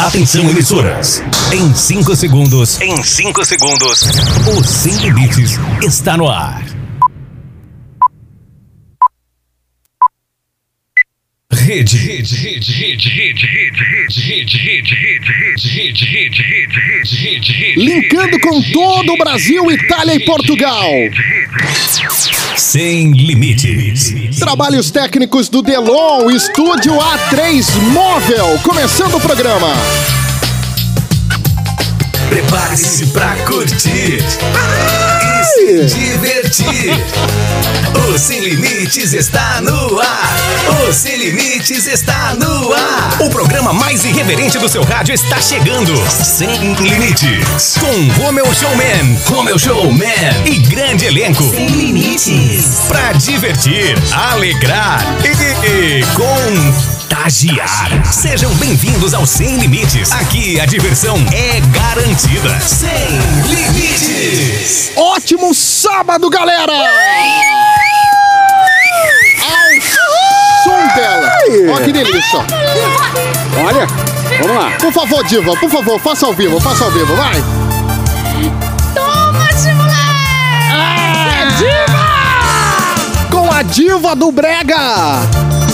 Atenção, emissoras. Em 5 segundos, o Sem Limites está no ar. Rede. Linkando com todo o Brasil, Itália e Portugal. Sem Limites. Trabalhos técnicos do Delon, Estúdio A3 Móvel. Começando o programa. Prepare-se pra curtir e se divertir. O Sem Limites está no ar. O Sem Limites está no ar. O programa mais irreverente do seu rádio está chegando. Sem Limites. Com Romeu Showman e grande elenco. Sem Limites. Pra divertir, alegrar e contagiar. Sejam bem-vindos ao Sem Limites. Aqui a diversão é garantida. Sem Limites. Ótimo sábado, galera! Som dela. Olha que delícia. Olha, vamos lá. Por favor, Diva, por favor, faça ao vivo, vai. Toma, moleque! Diva! Com a Diva do Brega.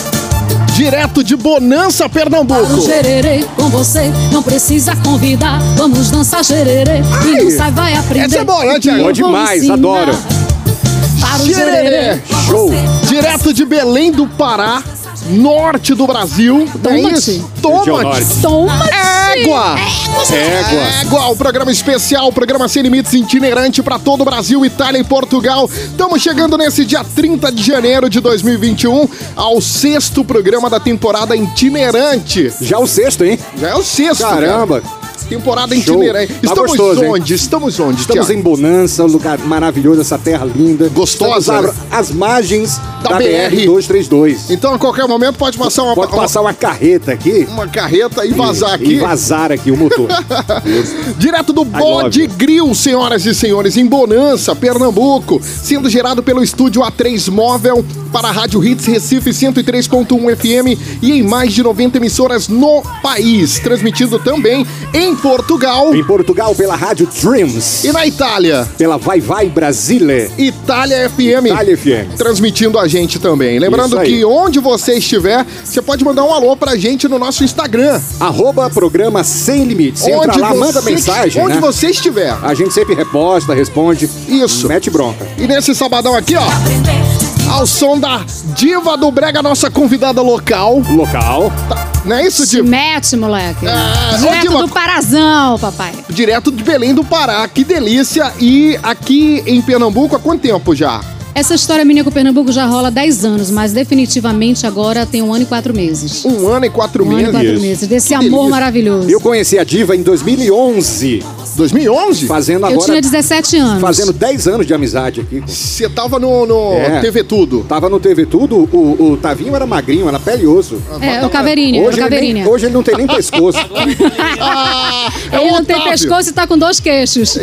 Direto de Bonança, Pernambuco. Gererê com você, não precisa convidar. Vamos dançar gererê. Quem não sai vai aprender. Essa é boa, né, Thiago? Boa demais, adoro. Para o Gererê. Show. Direto de Belém do Pará, norte do Brasil. Tomate. Tomate. Tomate. Égua. Égua. O programa especial, o programa Sem Limites itinerante para todo o Brasil, Itália e Portugal. Estamos chegando nesse dia 30 de janeiro de 2021 ao 6º programa da temporada itinerante. Já o sexto, hein? Já é o 6º. Caramba. Temporada Show. itinerante. Tá gostoso, Estamos onde? Estamos Thiago? em Bonança, um lugar maravilhoso, essa terra linda. Gostosa, Estamos às margens da da BR. BR-232. Então, a qualquer momento, pode passar uma carreta aqui. uma carreta e vazar aqui. E vazar aqui o motor. Direto do Bode Grill, senhoras e senhores, em Bonança, Pernambuco, sendo gerado pelo estúdio A3 Móvel para a Rádio Hits Recife 103.1 FM e em mais de 90 emissoras no país, transmitido também em Portugal. Em Portugal, pela Rádio Dreams. E na Itália, pela Vai Vai Brasile. Itália FM. Itália FM. Transmitindo a gente também. Lembrando Isso aí. que onde você estiver, você pode mandar um alô pra gente no nosso Instagram. @programa Sem Limites. Você entra lá, manda mensagem, onde né? você estiver. A gente sempre reposta, responde. Isso. Mete bronca. E nesse sabadão aqui, ó, ao som da Diva do Brega, nossa convidada local. Local. Não é isso, Se Diva? mete, moleque. ô, Direto Diva, do Parazão, papai. direto de Belém do Pará. Que delícia. E aqui em Pernambuco, há quanto tempo já? Essa história minha com o Pernambuco já rola há 10 anos, mas definitivamente agora tem 1 ano e 4 meses. 1 ano e 4 1 ano e meses. 4 meses. Desse Que amor delícia. maravilhoso. Eu conheci a Diva em 2011. 2011? Fazendo Eu agora... tinha 17 anos. Fazendo 10 anos de amizade aqui. Você tava no É. TV Tudo. Tava no TV Tudo, o Tavinho era magrinho, era pele e osso. É, o Caveirinha, Hoje, o Caveirinha. hoje ele não tem nem pescoço. É Ele o não tem Otávio. pescoço e tá com 2 queixos.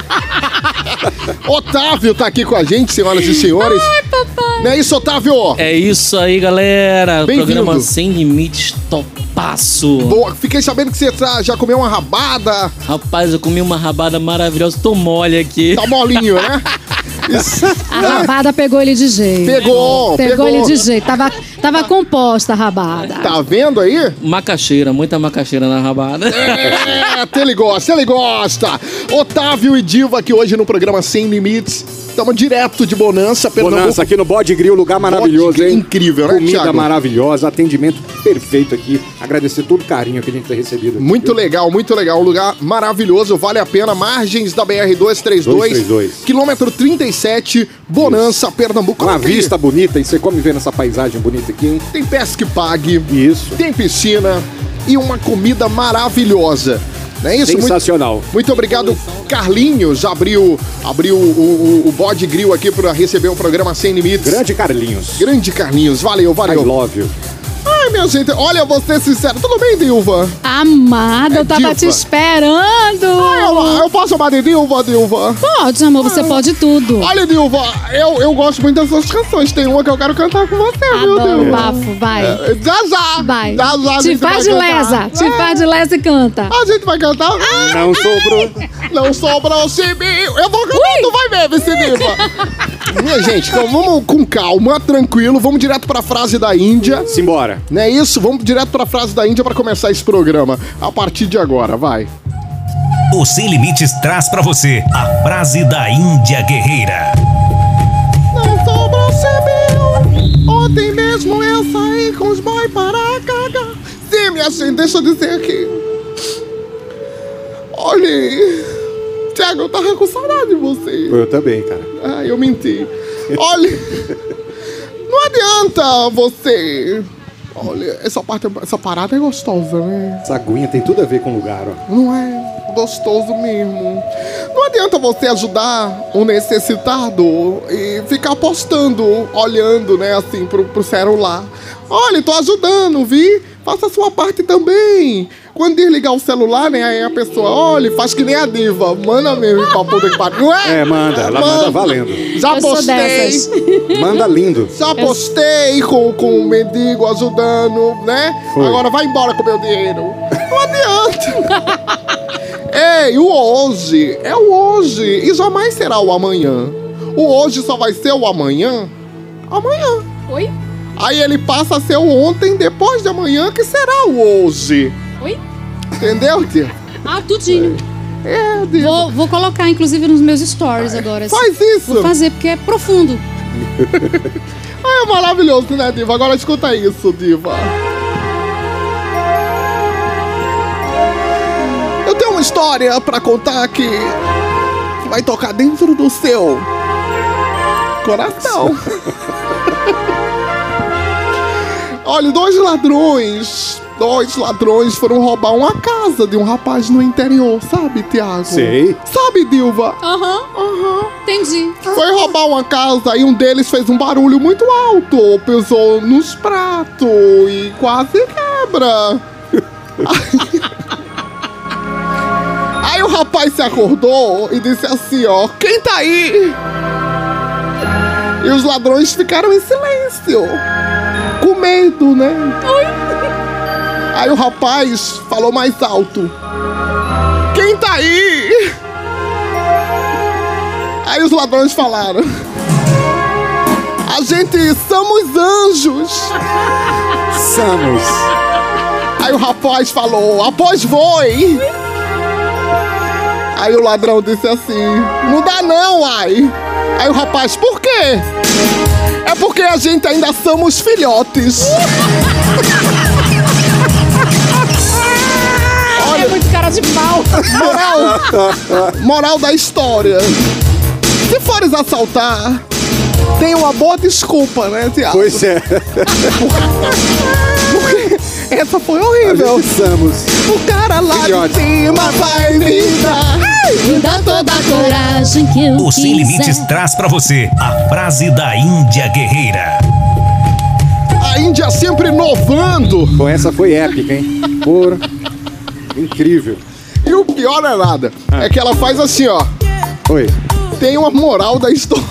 Otávio tá aqui com a gente, senhoras e senhores. Ai, papai. Não é isso, Otávio? É isso aí, galera. Bem-vindo. Programa Sem Limites, topaço. Boa, fiquei sabendo que você já comeu uma rabada. Rapaz, eu comi uma rabada maravilhosa. Tô mole aqui. Tá molinho, né? Isso. A rabada pegou ele de jeito. Pegou. Pegou ele de jeito. Tava composta a rabada. Tá vendo aí? Macaxeira, muita macaxeira na rabada. É, ele gosta. Otávio e Diva aqui hoje no programa Sem Limites. Estamos direto de Bonança, Pernambuco. Bonança aqui no Bode Grill, lugar maravilhoso, Grill, hein? incrível, né, Comida Thiago? maravilhosa, atendimento perfeito aqui. Agradecer todo o carinho que a gente tem recebido aqui. Muito legal. Um lugar maravilhoso, vale a pena. Margens da BR-232, 232. quilômetro 37, Bonança, Pernambuco. Uma vista bonita, e você come vendo essa paisagem bonita aqui, hein? Tem pesca e pague, Isso. tem piscina e uma comida maravilhosa. Não é isso? Sensacional. Muito obrigado, Carlinhos. Abriu o Bode Grill aqui para receber o programa Sem Limites. Grande Carlinhos. Grande Carlinhos. Valeu. I love you. Ai, minha gente, olha, vou ser sincero. Tudo bem, Dilva? Amada, eu tava Dilva. te esperando. Eu posso chamar de Dilva, Dilva? Pode, amor, você pode tudo. Olha, Dilva, eu gosto muito das suas canções. Tem uma que eu quero cantar com você, viu, Tá bom, Dilva? bafo, vai. Já. Vai. Já, a Te gente faz vai de cantar. lesa. Te faz de lesa e canta. A gente vai cantar? Não sobrou. Não sobrou cibinho. Eu vou cantar, tu vai ver, esse Dilva. Minha gente, então vamos com calma, tranquilo. Vamos direto pra frase da Índia. Simbora. Não é isso? Vamos direto pra frase da Índia pra começar esse programa. A partir de agora, vai. O Sem Limites traz pra você a frase da Índia Guerreira. Não sobrou cibinho. Ontem mesmo eu saí com os boys para cagar. Sim, minha gente, deixa eu dizer aqui. Olha, Thiago, eu tava com saudade de você. Eu também, cara. Ah, eu menti. Olha, não adianta você... Olha, essa parada é gostosa, né? Essa aguinha tem tudo a ver com o lugar, ó. Não é gostoso mesmo. Não adianta você ajudar um necessitado e ficar postando, olhando, né, assim, pro celular. Olha, tô ajudando, vi? Faça a sua parte também. Quando desligar o celular, né, aí a pessoa, olha, faz que nem a diva. Manda mesmo pra puta que pariu. Não é? É, manda. Ela manda valendo. Já Eu sou postei. dessas. Manda lindo. Já postei com o mendigo ajudando, né? Foi. Agora vai embora com o meu dinheiro. Não adianta. Ei, o hoje é o hoje e jamais será o amanhã. O hoje só vai ser o amanhã. Amanhã. Oi? Aí ele passa a ser o ontem depois de amanhã, que será o hoje. Oi? Entendeu, tia? Ah, tudinho. É, Diva. Vou colocar, inclusive, nos meus stories agora. Faz isso. Vou fazer, porque é profundo. É maravilhoso, né, Diva? Agora escuta isso, Diva. Eu tenho uma história pra contar que vai tocar dentro do seu coração. Olha, dois ladrões foram roubar uma casa de um rapaz no interior, sabe, Tiago? Sei. Sabe, Dilva? Aham, entendi. Foi roubar uma casa e um deles fez um barulho muito alto, pisou nos pratos e quase quebra. Aí o rapaz se acordou e disse assim, ó, quem tá aí? E os ladrões ficaram em silêncio, com medo, né? Aí o rapaz falou mais alto, quem tá aí? Aí os ladrões falaram, a gente somos anjos. Somos. Aí o rapaz falou, após voe. Aí o ladrão disse assim, não dá não, ai. Aí o rapaz, por quê? É porque a gente ainda somos filhotes. É muito cara de pau. Moral da história. Se fores assaltar, tem uma boa desculpa, né, Tiago? Pois é. Porque essa foi horrível. Somos. O cara lá Filhote. de cima vai me dar. Me dá toda a coragem que eu O Sem Limites quiser. traz pra você a frase da Índia Guerreira. A Índia sempre inovando. Pô, essa foi épica, hein? Porra. Incrível. E o pior não é nada. É que ela faz assim, ó. Oi. Tem uma moral da história.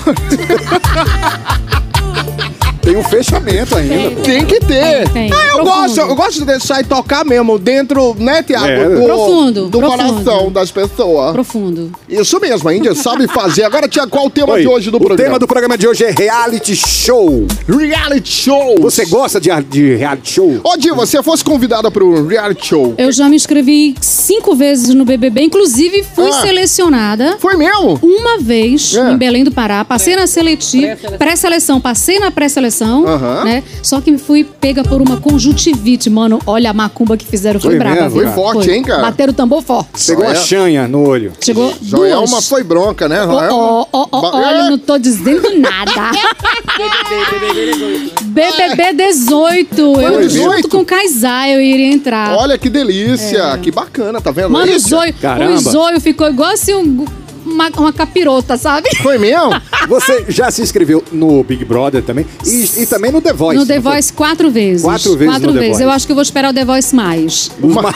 Tem um fechamento ainda, pô. Tem que ter. Tem. Ah, eu Profundo. gosto de deixar e tocar mesmo dentro, né, Tiago? É. Profundo, Do profundo. coração das pessoas. Profundo. Isso mesmo, a Índia sabe fazer. Agora, Tiago, qual o tema Oi. de hoje do O programa? tema do programa de hoje é reality show. Reality show. Você gosta de reality show? Ô, Diva, se você fosse convidada pro reality show, Eu já me inscrevi 5 vezes no BBB, inclusive fui Ah. selecionada foi mesmo? uma vez É. em Belém do Pará. Passei na seletiva, pré-seleção, passei na pré-seleção, Aham. né? Só que fui pega por uma conjuntivite, mano. Olha a macumba que fizeram, foi Foi brava. mesmo? viu? Foi forte, hein, cara? Bateram o tambor forte. Pegou uma Joel- chanha no olho. Chegou Joelma duas. foi bronca, né? Olha, eu não tô dizendo nada. BBB 18. Eu 18? junto com o Kaysar eu iria entrar. Olha que delícia, que bacana, tá vendo? Mano, o isso? Zóio, Caramba. o Zóio ficou igual assim uma capirota, sabe? Foi mesmo? Você já se inscreveu no Big Brother também? E também no The Voice. No The Voice 4 vezes. 4 vezes no The Voice. Eu acho que eu vou esperar o The Voice mais.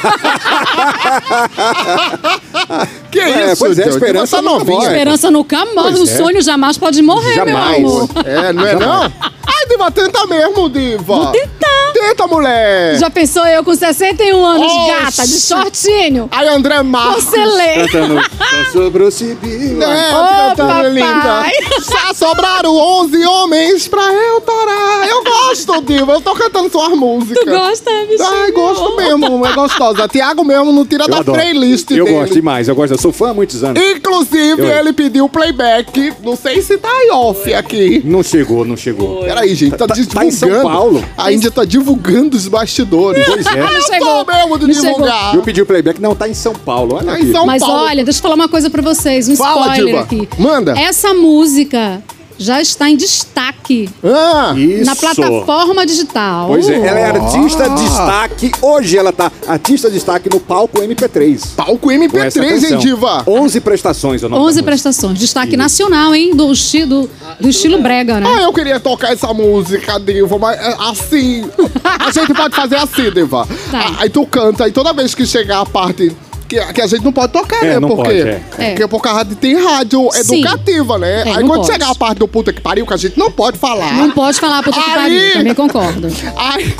Que isso, pois é, Deus? esperança Tá nunca novinha. morre. Esperança nunca morre, Pois o é. sonho jamais pode morrer, Jamais. meu amor. Não é não? Ai, Diva, tenta mesmo, Diva. Vou tentar. Tenta, mulher. Já pensou eu com 61 anos, Oxi. gata, de shortinho? Ai, André Marcos. Você lê. Cantando Só sobrou Sibila. Ô, cantando linda. papai. Só sobraram 11 homens pra eu torar. Eu gosto, Diva. Eu tô cantando suas músicas. Tu gosta, bichinho? Ai, gosto mesmo. É gostosa. Tiago mesmo não tira Eu da adoro. playlist Eu dele. gosto demais, eu sou fã há muitos anos. Inclusive, Eu- ele pediu playback. Não sei se tá em off aqui. Não chegou. Peraí, gente, tá divulgando. tá em São Paulo. A Índia tá divulgando os bastidores. Pois é. Não Eu chegou. tô mesmo de Não chegou. divulgar. Eu pedi o playback, não, tá em São Paulo. Olha Tá aqui. em São Mas Paulo. olha, deixa eu falar uma coisa pra vocês, um Fala, spoiler Diva. aqui. Manda. Essa música já está em destaque Ah, Isso. na plataforma digital. Pois é, ela é artista destaque. Hoje ela tá artista destaque no palco MP3. palco Com essa MP3, hein, canção. Diva? 11 prestações. 11 prestações. Destaque Isso. nacional, hein? Do estilo brega, né? Ah, eu queria tocar essa música, Diva, mas assim. A gente pode fazer assim, Diva. Tá. Aí tu canta, e toda vez que chegar a parte. Que a gente não pode tocar, né? não Porque, pode, é. porque por causa de tem rádio Sim. educativa, né? É, Aí não quando pode. chegar a parte do puta que pariu, que a gente não pode falar. Não pode falar puta que Aí- pariu, também concordo. Aí,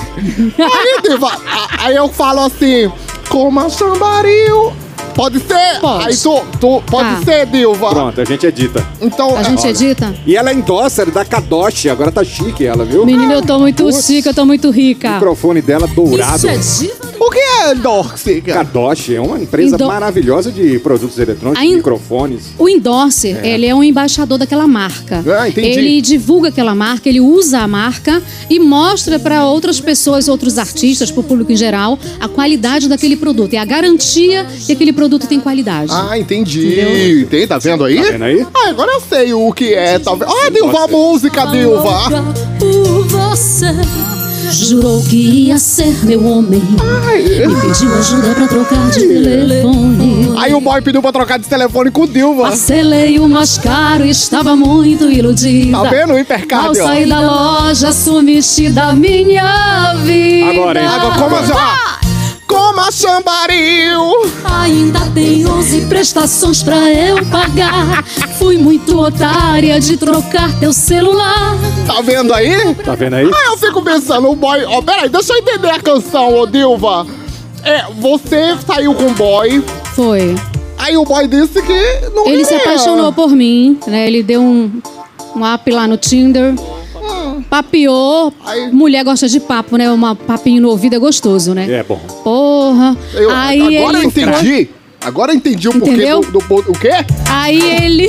Diva, aí eu falo assim, coma sambaril. Pode ser? Pode. Aí tu pode Tá. ser, Dilva. Pronto, a gente edita. Então, A gente edita? E ela é endosser da Kadoshi, agora tá chique ela, viu? Menino, eu tô muito Nossa. chique, eu tô muito O rica. microfone dela dourado. o que é Dorxica? Kadoshi é uma empresa Endo- maravilhosa de produtos eletrônicos, Aí- microfones. O endorser, ele é um embaixador daquela marca. Ah, entendi. Ele divulga aquela marca, ele usa a marca e mostra para outras pessoas, outros artistas, para o público em geral, a qualidade daquele produto e a garantia que aquele produto tem qualidade. Ah, entendi. Tem, tá vendo aí? Tá vendo aí? Ah, agora eu sei o que é, tá vendo? Ah, Dilva, a música, Dilva. Por você, jurou que ia ser meu homem. Me pediu ajuda pra trocar de telefone. Aí o boy pediu pra trocar de telefone com o Dilva. Parcelei o mais caro e estava muito iludida. Tá vendo o Ao Hipercard, ó? sair da loja, sumiste da minha vida. Agora, hein? Água, como Coma sambaril. Ainda tem 11 prestações pra eu pagar. Fui muito otária de trocar teu celular. Tá vendo aí? Tá vendo aí? Aí eu fico pensando, o boy... Ó, peraí, deixa eu entender a canção, ô Dilva. É, você saiu com o boy, Foi. aí o boy disse que não Ele se queria. apaixonou por mim, né? Ele deu um up lá no Tinder. Papeou. Aí- Mulher gosta de papo, né? Um papinho no ouvido é gostoso, né? É bom. Porra. Aí Agora eu ele entendi. Agora eu entendi o porquê Entendeu? do... O quê? Aí ele.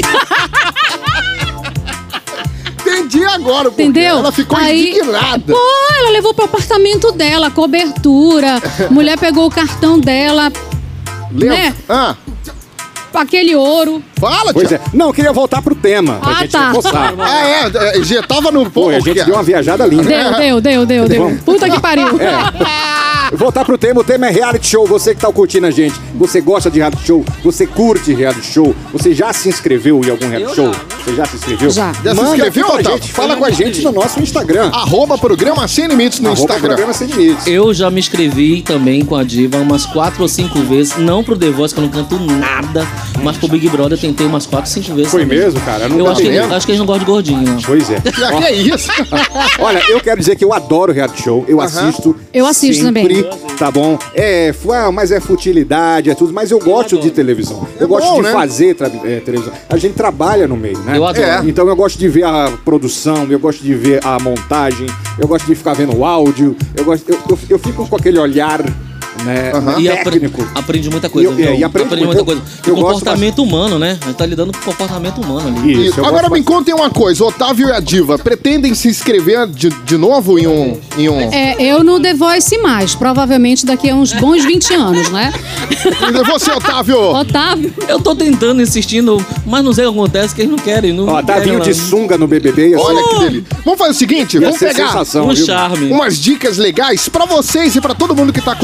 Entendi agora o porquê. Entendeu? Ela ficou Aí- indignada. Pô, ela levou pro apartamento dela, cobertura. Mulher pegou o cartão dela, Lembra? né? Ah, aquele ouro. fala, Pois tia. é. Não, eu queria voltar pro tema. Pra Ah, gente tá. reforçar. Ah, já tava no... Pô, a gente deu uma viajada linda. Deu. Vamos. Puta que pariu. Voltar pro tema, o tema é reality show. Você que tá curtindo a gente, você gosta de reality show, você curte reality show, você já se inscreveu em algum reality show? Você já se inscreveu? Já. Já se Manda inscreveu, aqui pra Otávio? gente, fala com a gente no nosso Instagram. Arroba programa Sem Limites no Arroba Instagram. programa Sem Limites. Eu já me inscrevi também com a Diva umas 4 ou 5 vezes. Não pro The Voice, que eu não canto nada. Mas pro Big Brother eu tentei umas 4 ou 5 vezes. Foi também. mesmo, cara? Não Eu tá acho que, vendo? acho que eles não gostam de gordinho, não. Pois é. Já que é isso? Olha, eu quero dizer que eu adoro reality show, eu assisto. Eu assisto sempre, também. Tá bom? Mas é futilidade, é tudo, mas eu gosto de televisão. Eu gosto bom, de né? fazer televisão. A gente trabalha no meio, né? Eu adoro. É. Então eu gosto de ver a produção, eu gosto de ver a montagem, eu gosto de ficar vendo o áudio, eu fico com aquele olhar, né, E técnico. aprende muita coisa. E viu? aprende aprende muito. muita coisa. Eu O gosto comportamento humano, né? A gente tá lidando com o comportamento humano ali. Isso, eu Agora gosto me contem uma coisa, Otávio e a Diva pretendem se inscrever de novo em um... Eu no The Voice mais, provavelmente daqui a uns bons 20 anos, né? E você, Otávio? Otávio. Eu tô tentando, insistindo, mas não sei o que acontece, que eles não querem. Não Ó, querem, Davinho não. de sunga no BBB. ia ser- Olha que delícia. Vamos fazer o seguinte, ia vamos ser pegar sensação, Um viu? charme. umas dicas legais pra vocês e pra todo mundo que tá curtindo aqui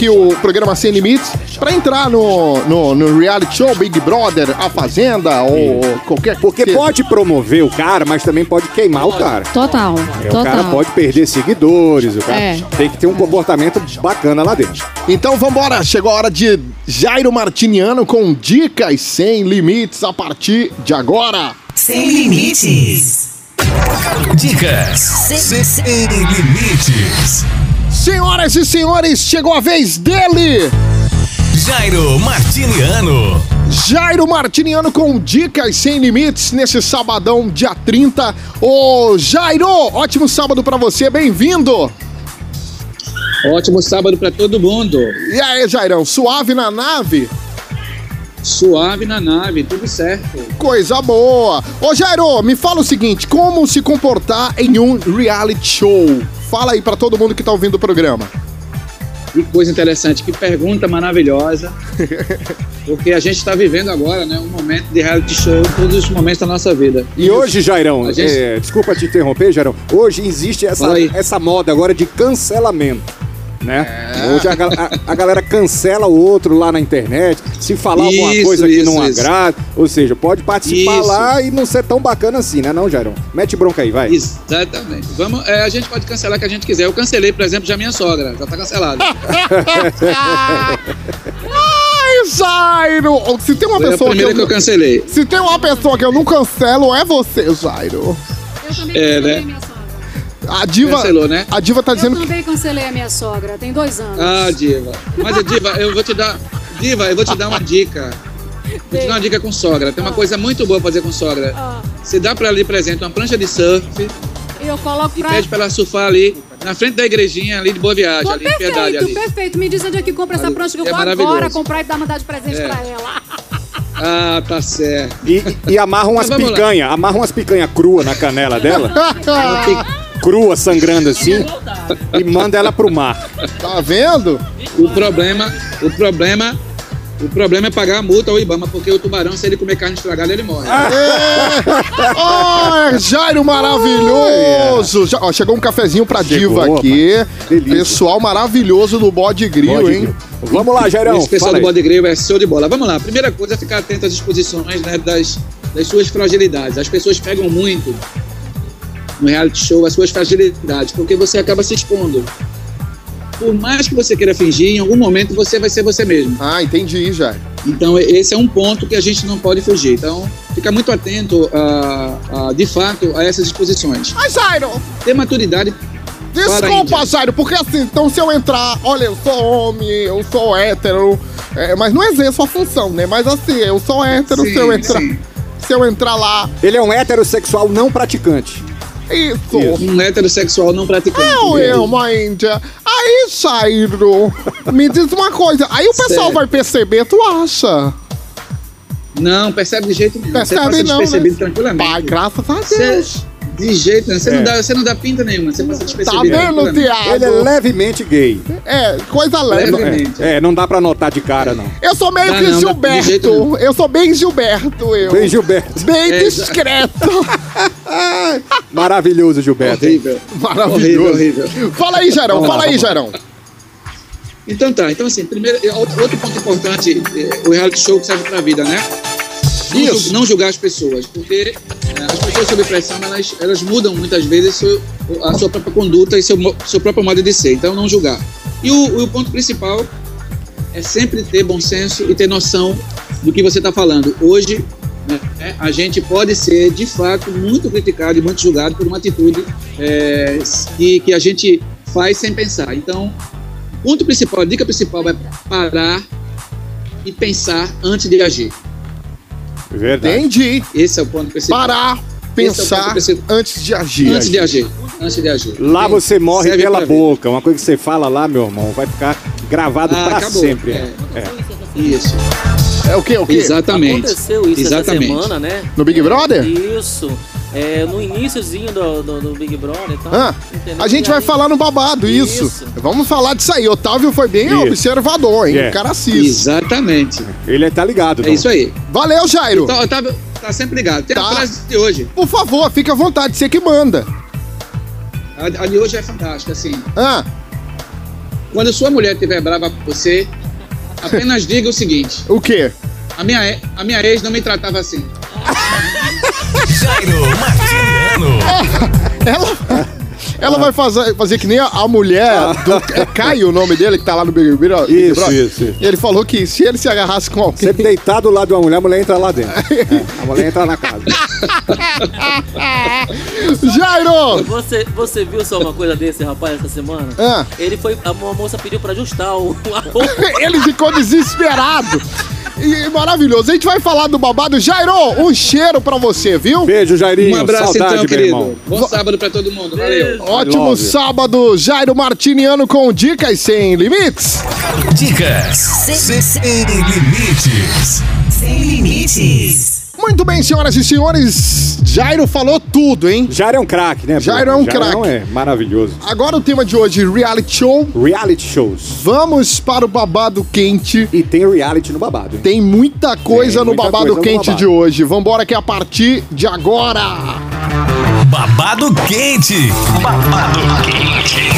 aqui o programa Sem Limites pra entrar no reality show, Big Brother, A Fazenda ou qualquer coisa. Porque pode promover o cara, mas também pode queimar o cara. Total. O cara pode perder seguidores, o cara tem que ter um comportamento bacana lá dentro. Então vambora, chegou a hora de Jairo Martiniano com dicas sem limites a partir de agora. Sem limites. Dicas sem limites. Senhoras e senhores, chegou a vez dele! Jairo Martiniano. Jairo Martiniano com dicas sem limites nesse sabadão, dia 30. Ô Jairo, ótimo sábado pra você, bem-vindo! Ótimo sábado pra todo mundo. E aí, Jairão, suave na nave? Suave na nave, tudo certo. Coisa boa! Ô Jairo, me fala o seguinte, como se comportar em um reality show? Fala aí pra todo mundo que tá ouvindo o programa. Que coisa interessante, que pergunta maravilhosa. Porque a gente está vivendo agora, né, um momento de reality show, todos os momentos da nossa vida. E hoje, Jairão, desculpa te interromper, Jairão, hoje existe essa moda agora de cancelamento. Né? Hoje a galera cancela o outro lá na internet, se falar alguma coisa que não agrada, ou seja, pode participar lá e não ser tão bacana assim, né, não, Jairão? Mete bronca aí, vai. Exatamente. A gente pode cancelar o que a gente quiser. Eu cancelei, por exemplo, já minha sogra, já tá cancelado. Ai, Jairo! Se tem uma pessoa que eu cancelei. Se tem uma pessoa que eu não cancelo, é você, Jairo. Eu também cancelei minha sogra. A Diva, cancelou, né? A Diva tá dizendo que... Eu também cancelei a minha sogra, tem 2 anos. Ah, Diva. Mas, Diva, eu vou te dar uma dica. Vou te dar uma dica com sogra. Tem uma coisa muito boa pra fazer com sogra. Você dá pra ela de presente uma prancha de surf. Eu coloco e pede pra ela surfar ali, na frente da igrejinha ali de Boa Viagem, ali em Piedade. Perfeito. Me diz onde é que compra essa prancha que eu vou agora comprar e dar mandar de presente pra ela. Ah, tá certo. E amarra umas picanha. Amarra umas picanha crua na canela dela. Crua, sangrando assim, e manda ela pro mar. Tá vendo? O problema é pagar a multa ao Ibama, porque o tubarão, se ele comer carne estragada, ele morre. Jairo maravilhoso! Ó, chegou um cafezinho pra Diva aqui. Pessoal maravilhoso do Bode Grill, hein? Vamos lá, Jairão. Esse pessoal do Bode Grill é show de bola. Vamos lá. Primeira coisa é ficar atento às exposições, né, das suas fragilidades. As pessoas pegam muito no reality show as suas fragilidades, porque você acaba se expondo. Por mais que você queira fingir, em algum momento você vai ser você mesmo. Ah, entendi, Jairo. Então esse é um ponto que a gente não pode fugir. Então fica muito atento, de fato, a essas exposições. Mas, Jairo! Ter maturidade. Desculpa, Jairo, porque assim, então se eu entrar, olha, eu sou homem, eu sou hétero, mas não exerço a função, né? Mas assim, eu sou hétero, sim, se eu entrar lá... Ele é um heterossexual não praticante. Isso. Um heterossexual não praticante. Uma Índia. Aí, Jairo, me diz uma coisa. Aí o pessoal vai perceber, tu acha? Não, percebe de jeito nenhum. Percebe não, despercebido tranquilamente. Pai, graças a Deus. De jeito nenhum. Você não dá pinta nenhuma. Você passa despercebido. Tá vendo, Thiago? Ele é levemente gay. Coisa leve. Não dá pra notar de cara, não. Eu sou meio que Gilberto. Eu sou bem Gilberto, Bem Gilberto. Bem discreto. Maravilhoso, Gilberto. Horrível. Maravilhoso. Horrível. Fala aí, Jairão. Então tá. Então assim, primeiro, outro ponto importante, o reality show que serve pra vida, né? Não julgar as pessoas, porque as pessoas sob pressão, elas mudam muitas vezes a sua própria conduta e seu próprio modo de ser, então não julgar. E o ponto principal é sempre ter bom senso e ter noção do que você está falando. Hoje, né, a gente pode ser, de fato, muito criticado e muito julgado por uma atitude que a gente faz sem pensar. Então, o ponto principal, a dica principal é parar e pensar antes de agir. Verdade. Entendi. Esse é o ponto principal. Parar, pensar antes de agir. Antes de agir. Lá você morre pela boca. Uma coisa que você fala lá, meu irmão, vai ficar gravado pra acabou. Sempre. Isso. É o quê? Exatamente. Aconteceu isso essa semana, né? No Big Brother? Isso. No iniciozinho do Big Brother e tal. A gente vai falar no babado, isso. Vamos falar disso aí. Otávio foi bem observador, hein? Cara assiste. Exatamente. Ele tá ligado. É isso aí. Valeu, Jairo. Então, Otávio tá sempre ligado. Tem a frase de hoje. Por favor, fica à vontade, você que manda. A de hoje é fantástica, assim. Quando sua mulher estiver brava com você, apenas diga o seguinte. O quê? A minha ex não me tratava assim. Jairo Martiniano. Ela vai fazer que nem a mulher do... É Caio o nome dele, que tá lá no Big Brother. Isso. Ele falou que se ele se agarrasse com alguém... Sempre deitado do lado de uma mulher, a mulher entra lá dentro. A mulher entra na casa. Jairo! Você viu só uma coisa desse rapaz essa semana? Ele foi... Uma moça pediu pra ajustar a roupa. Ele ficou desesperado. E maravilhoso. A gente vai falar do babado. Jairo, um cheiro pra você, viu? Beijo, Jairinho. Um abraço, saudade, então, meu querido. irmão. Bom sábado pra todo mundo. Valeu. Ótimo sábado, Jairo Martiniano com Dicas Sem Limites. Dicas sem limites. Sem limites. Muito bem, senhoras e senhores, Jairo falou tudo, hein? Jairo é um craque, né? Jairo é um craque. É maravilhoso. Agora o tema de hoje, reality show. Reality shows. Vamos para o babado quente. E tem reality no babado, hein? Tem muita coisa no babado quente babado. de hoje. Vambora que é a partir de agora. Babado quente. Babado quente.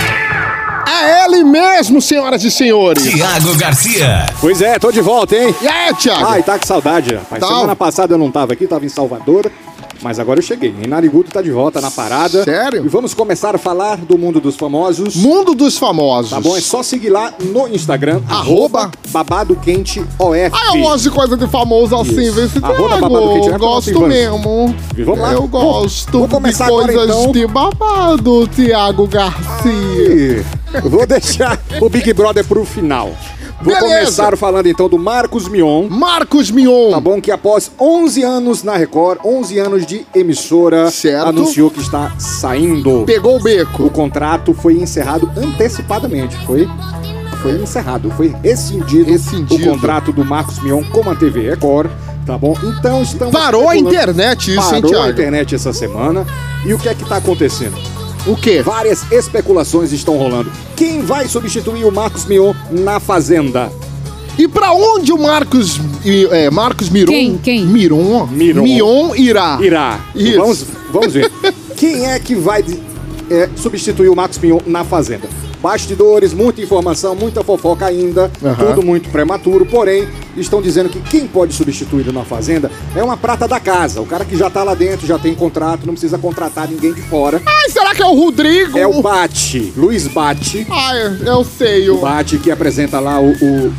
É ele mesmo, senhoras e senhores. Tiago Garcia. Pois é, tô de volta, hein? E aí, Thiago? Ai, tá com saudade, rapaz. Tá. Semana passada eu não tava aqui, tava em Salvador. Mas agora eu cheguei. Em Narigudo tá de volta na parada. Sério? E vamos começar a falar do mundo dos famosos. Mundo dos famosos. Tá bom? É só seguir lá no Instagram. @babadoquenteof. Ah, eu gosto de coisa de famoso assim, Isso. vê se Babado Quente. eu gosto mesmo. Vamos lá? Eu gosto Vou começar de agora, coisas então. de babado, Tiago Garcia. Eu vou deixar o Big Brother pro final. Vou Beleza. começar falando então do Marcos Mion. Marcos Mion. Tá bom? Que após 11 anos na Record, 11 anos de emissora, Certo. anunciou que está saindo. Pegou o beco. O contrato foi encerrado antecipadamente. Foi encerrado, foi rescindido o contrato do Marcos Mion com a TV Record. Tá bom? Então estamos... Parou a internet isso, hein, Parou a Thiago? internet essa semana. E o que é que tá acontecendo? O quê? Várias especulações estão rolando. Quem vai substituir o Marcos Mion na Fazenda? E pra onde o Marcos Miron... Quem? Miron irá? Irá. Isso. Vamos ver. Quem é que vai substituir o Marcos Mion na Fazenda? Bastidores, muita informação, muita fofoca ainda, tudo muito prematuro, porém, estão dizendo que quem pode substituí-lo na Fazenda é uma prata da casa, o cara que já tá lá dentro, já tem contrato, não precisa contratar ninguém de fora. Ai, será que é o Rodrigo? É o Bate, Luiz Bate. Ai, eu sei. O Bate que apresenta lá o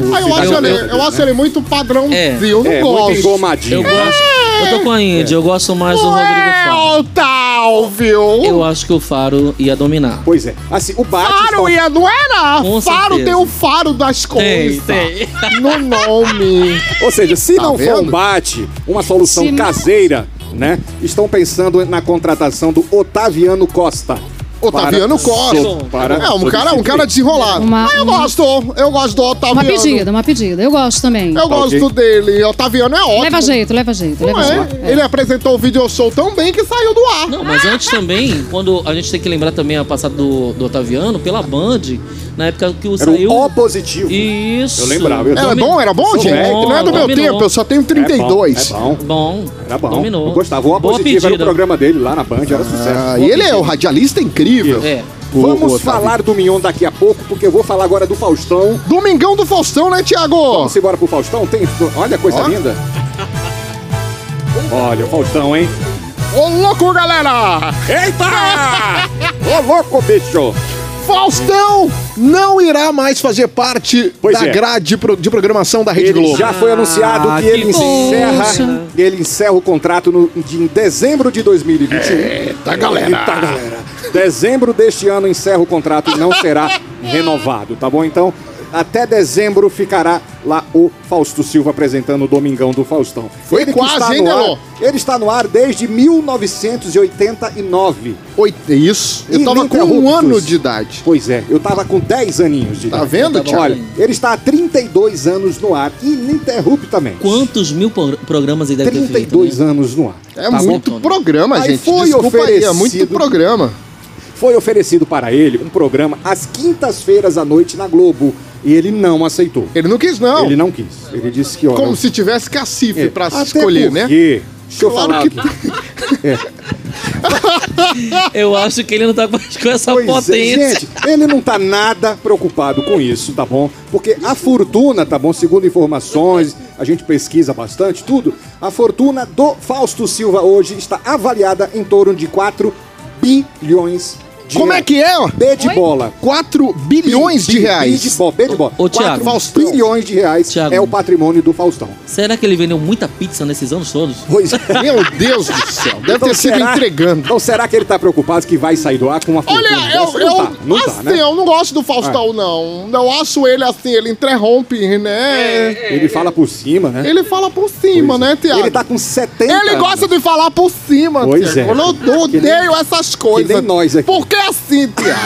eu acho ele muito padrãozinho, eu não gosto. muito engomadinho. Eu tô com a Índia, eu gosto mais do Rodrigo Faro. Tal, viu? Eu acho que o Faro ia dominar. Pois é, assim, o Bate... Faro não era? Com Faro certeza. tem o faro das coisas. Tem. No nome. Ou seja, se Tá não for vendo? um Bate, uma solução Se não- caseira, né? Estão pensando na contratação do Otaviano Costa. Otaviano Costa. Um cara desenrolado. Eu gosto do Otaviano. Uma pedida. Eu gosto também. Eu gosto dele. Otaviano é ótimo. Leva jeito. Não é? Ele apresentou o Video Show tão bem que saiu do ar. Não, mas antes também, quando a gente tem que lembrar também a passada do Otaviano, pela Band, na época que o Era saiu... um O positivo. Isso. Eu lembrava. Era bom, Sou gente? bom, Não é do meu dominou. tempo, eu só tenho 32. É bom. Bom. Era bom. Dominou. Eu gostava. O O Boa positivo era o pedida. programa dele lá na Band, era sucesso. E ele é o radialista incrível. É. Vamos falar do Mion daqui a pouco, porque eu vou falar agora do Faustão. Domingão do Faustão, né, Thiago? Vamos embora pro Faustão? Olha a coisa linda. Olha o Faustão, hein? Ô, louco, galera! Eita! Ô, louco, bicho! Faustão não irá mais fazer parte Pois da é. grade de programação da Rede Ele Globo. já foi anunciado que ele poxa. encerra o contrato em dezembro de 2021. Eita, galera! Dezembro deste ano encerra o contrato e não será renovado, tá bom? Então, até dezembro ficará lá o Fausto Silva apresentando o Domingão do Faustão. Foi Ele que quase, está hein, no ar- Delô? Ele está no ar desde 1989. Isso. Eu tava com 1 Ininterruptos. ano de idade. Pois é, eu tava com 10 aninhos de idade. Tá vendo, Então, Thiago? olha, ele está há 32 anos no ar, ininterruptamente. Quantos mil programas ele deve ter feito, 32 né? anos no ar. É Tá bom? muito programa, Aí gente. foi Desculpa aí, é oferecido- muito programa. Foi oferecido para ele um programa às quintas-feiras à noite na Globo e ele não aceitou. Ele não quis, não. Ele não quis. Ele disse que, ó... Como se tivesse cacife pra se Até escolher, né? porque, deixa eu Claro falar que aqui. Eu acho que ele não tá com essa potência. Gente, ele não tá nada preocupado com isso, tá bom? Porque a fortuna, tá bom? Segundo informações, a gente pesquisa bastante, tudo. A fortuna do Fausto Silva hoje está avaliada em torno de 4 bilhões de Como reais. é que é? B de bola. 4 bilhões de reais. B de bola. Ô, Thiago. 4 bilhões de reais Thiago. é o patrimônio do Faustão. Será que ele vendeu muita pizza nesses anos todos? Pois é. Meu Deus do céu. Deve ter sido entregando. Então será que ele tá preocupado que vai sair do ar com uma fortuna Olha, dessa? Não tá, assim, né? eu não gosto do Faustão, não. Eu acho ele assim, ele interrompe, né? Ele fala por cima, né? Ele fala por cima, Pois é. né, Tiago? Ele tá com 70 Ele anos. gosta de falar por cima, Pois Tiago. é. Eu odeio essas coisas. nem nós aqui. Por que assim, Tiago?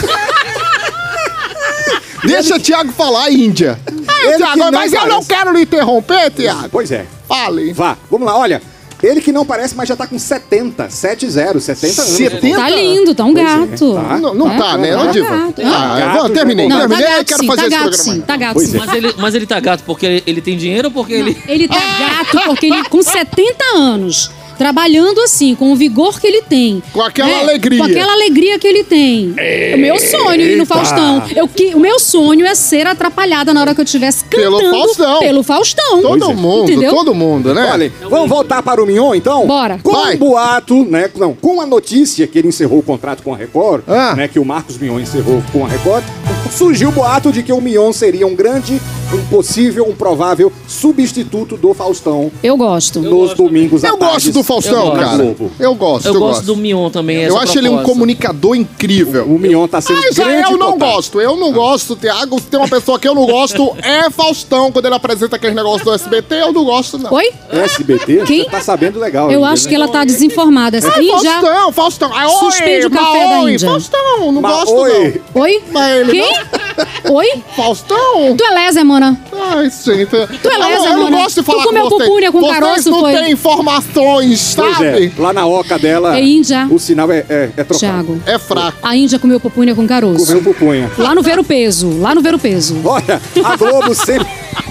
Deixa o Tiago falar, Índia. Ele Tiago, que não mas eu não parece. quero lhe interromper, Tiago. Pois é. Fale. Vá, vamos lá, olha. Ele que não parece, mas já tá com 70 anos. 70. Tá lindo, tá um Pois é, gato. tá. Não tá, né, ô, Diva? gato. Gato, Terminei, Não, tá terminei. gato Quero sim, fazer tá esse gato programa. sim, tá gato Pois sim. é. Mas ele tá gato porque ele tem dinheiro ou porque ele... Ele tá gato porque ele, com 70 anos, trabalhando assim, com o vigor que ele tem. Com aquela alegria. Com aquela alegria que ele tem. O meu sonho ir no Faustão. O meu sonho é ser atrapalhada na hora que eu estivesse Pelo cantando. Faustão. Pelo Faustão. Todo mundo, né? Olha, vamos voltar para o Mignon, então? Bora. Com Vai. um boato, né? Não, com a notícia que ele encerrou o contrato com a Record, né? Que o Marcos Mignon encerrou com a Record, surgiu o boato de que o Mignon seria um provável substituto do Faustão Eu gosto. nos domingos à Eu tarde gosto do Faustão, Eu gosto. cara. Eu gosto, Eu gosto do Mion também. Eu acho ele um comunicador incrível. O Mignon tá sendo Mas grande eu não potado. gosto, Tiago. Se tem uma pessoa que eu não gosto, é Faustão. Quando ele apresenta aquele negócio do SBT, eu não gosto, não. Oi? SBT? Quem? Você tá sabendo legal. Eu hein? acho que ela tá desinformada. Essa Índia. Faustão. Ai, Suspende o café da Índia. Faustão, não gosto, Oi. Oi? Mas ele Quem? Oi? não. Faustão? Tu é lésia, mana. Ai, gente. Tu é lésia, eu não mana. gosto de falar Tu comeu com vocês. pupunha com Vocês caroço, não foi? têm informações, Pois é, sabe? lá na oca dela, É Índia. o sinal é trocado. Thiago. É fraco. A Índia comeu pupunha com caroço. Comeu pupunha. Lá no Ver o Peso. Lá no Ver o Peso. Olha, a Globo sempre...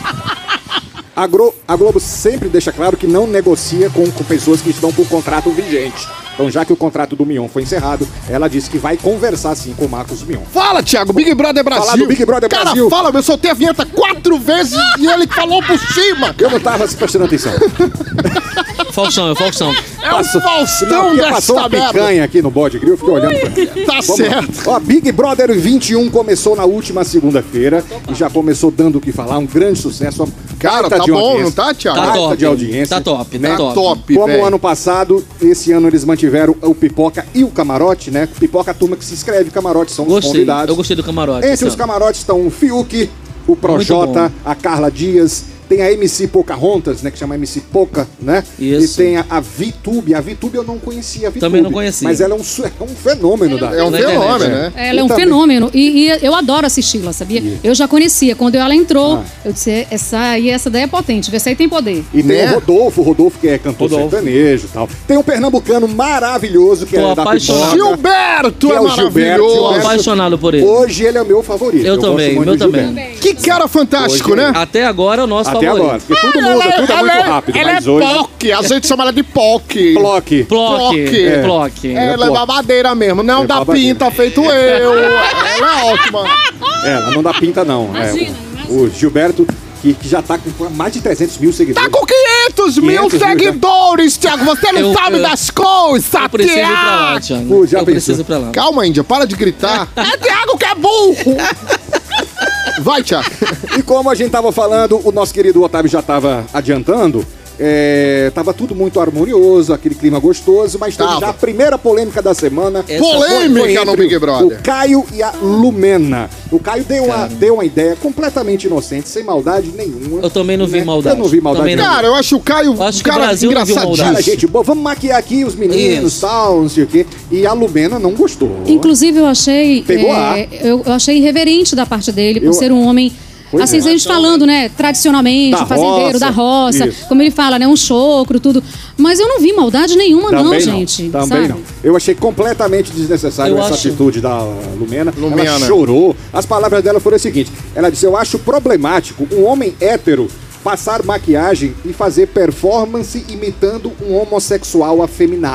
A Globo sempre deixa claro que não negocia com pessoas que estão com contrato vigente. Então, já que o contrato do Mignon foi encerrado, ela disse que vai conversar sim com o Marcos Mignon. Fala, Thiago, Big Brother Brasil. Fala do Big Brother Cara, Brasil. fala, eu soltei a vinheta 4 vezes e ele falou por cima. Eu não tava se prestando atenção. Faustão, é o Faustão. É o Faustão Não, porque dessa passou uma merda. picanha aqui no bode grill, eu fiquei olhando pra ele. Tá Vamos lá. certo. Ó, Big Brother 21 começou na última segunda-feira e já começou dando o que falar, um grande sucesso. Uma Cara, baita tá de bom, audiência. não tá, Thiago? Tá Baita top. de audiência. Tá top, né? tá top. Top, Como velho. ano passado, esse ano eles mantiveram o Pipoca e o Camarote, né? Pipoca, a turma que se inscreve, Camarote são os Gostei. convidados. Eu gostei do camarote. Entre os sabe? camarotes estão o Fiuk, o Projota, a Carla Dias, tem a MC Pocahontas, né, que chama MC Poca, né? Isso. E tem a VTube. A VTube eu não conhecia, a VTube. Também não conhecia. Mas ela é um fenômeno da... É um Na internet, fenômeno, é. né? Ela é E um também- fenômeno. E eu adoro assisti-la, sabia? Eu já conhecia. Quando ela entrou, eu disse, essa daí é potente. Essa aí tem poder. E tem Né? o Rodolfo que é cantor sertanejo e tal. Tem um pernambucano maravilhoso que Tô é da apaixonado. Pipoca. Gilberto Que é é o Gilberto. maravilhoso. Tô apaixonado por ele. Hoje ele é o meu favorito. Eu gosto também, muito meu do Gilberto. também. Que cara fantástico, Hoje né? Até agora é o nosso Até favorito. agora. Porque tudo muda, tudo é muito rápido. Ela Mas é hoje... POC, a gente chama ela de POC. Bloque. Ploque. É. Ploque. Ela é babadeira mesmo, não É dá babadeira. pinta feito eu. Ela é ótima. Ela não dá pinta, não. Imagina, O Gilberto, que já tá com mais de 300 mil Tá seguidores. com 500 mil 500 mil já. seguidores, Thiago. Você não Eu- sabe eu- das coisas, Eu preciso ir pra lá, Thiago. Thiago. Pô, já Eu pensou? preciso ir pra lá. Calma, Índia, para de gritar. É Thiago que é burro. Vai, Thiago. E como a gente tava falando, o nosso querido Otávio já tava adiantando. Tava tudo muito harmonioso, aquele clima gostoso, mas teve Tava. já a primeira polêmica da semana. Essa Polêmica Foi no entre Big Brother. O Caio e a Lumena. O Caio deu uma ideia completamente inocente, sem maldade nenhuma. Eu também não vi né? maldade. Eu não vi maldade Também não. nenhuma. Cara, eu acho o Caio Acho um que o cara Brasil não viu maldade. Cara, engraçadíssimo. gente, vamos maquiar aqui os meninos, Isso. tal, não sei o quê. E a Lumena não gostou. Inclusive, eu achei. Pegou ar. Eu achei irreverente da parte dele, por Eu- ser um homem. Pois Assim, é. se a gente falando, né, tradicionalmente, Da fazendeiro, roça, da roça, isso. como ele fala, né, um chocro, tudo. Mas eu não vi maldade nenhuma, não, Também gente. Também sabe? não. Eu achei completamente desnecessário Eu essa acho. atitude da Lumena. Lumena. Ela chorou. As palavras dela foram as seguintes. Ela disse, eu acho problemático um homem hétero passar maquiagem e fazer performance imitando um homossexual afeminado.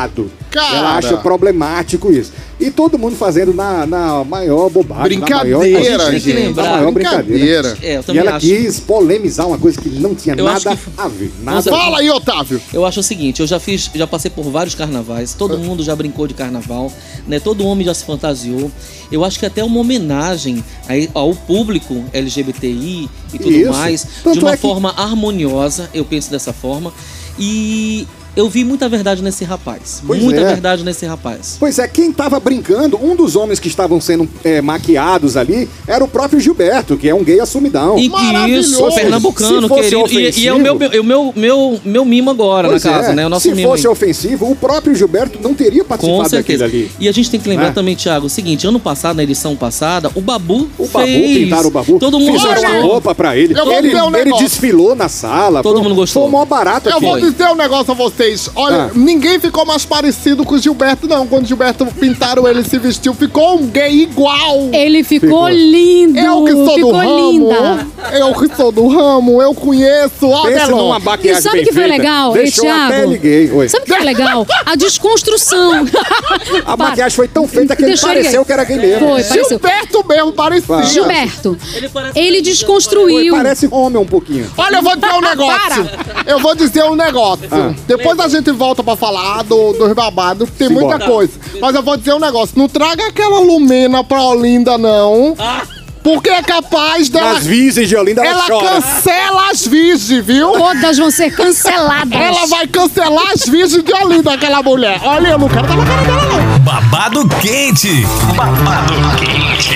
Cara. Ela acha problemático isso. E todo mundo fazendo na maior bobagem. Brincadeira, na maior brincadeira. Eu E também ela acho. quis polemizar uma coisa que não tinha nada a ver. Nada. Fala aí, Otávio. Eu acho o seguinte, já passei por vários carnavais, todo mundo já brincou de carnaval, né? Todo homem já se fantasiou. Eu acho que até uma homenagem ao público LGBTI e tudo mais, de uma forma harmoniosa, eu penso dessa forma. E eu vi muita verdade nesse rapaz. Muita verdade nesse rapaz. Pois é, quem tava brincando, um dos homens que estavam sendo maquiados ali, era o próprio Gilberto, que é um gay assumidão. Isso, pernambucano, querido. E é o meu mimo agora, pois na casa, né? O nosso se mimo fosse ofensivo, o próprio Gilberto não teria participado daquilo ali. E a gente tem que lembrar também, Thiago, o seguinte, ano passado, na edição passada, o Babu pintaram o Babu. Todo mundo fizeram uma roupa pra ele. Ele desfilou na sala. Todo mundo gostou. Foi o maior barato aqui. Eu vou dizer um negócio a vocês. Olha, ninguém ficou mais parecido com o Gilberto, não. Quando o Gilberto pintaram ele se vestiu, ficou um gay igual. Ele ficou lindo. Eu que sou do ramo. Linda. Eu que sou do ramo, eu conheço. Pensa numa maquiagem E sabe o que foi legal, Deixou Thiago? a pele gay. Oi. Sabe o que foi legal? A desconstrução. A maquiagem foi tão feita que ele pareceu que era gay mesmo. Foi, pareceu. Gilberto mesmo parecia. Gilberto, ele desconstruiu. Parece homem um pouquinho. Olha, eu vou dizer um negócio. Eu vou dizer um negócio. Depois a gente volta pra falar dos babados, tem muita coisa. Mas eu vou dizer um negócio. Não traga aquela Lumena pra Olinda, não. Porque é capaz dela... As virgens de Olinda, ela chora. Cancela as virgens, viu? Todas vão ser canceladas. Ela vai cancelar as virgens de Olinda, aquela mulher. Olha, eu não quero dar na cara dela, não. Babado quente. Babado quente.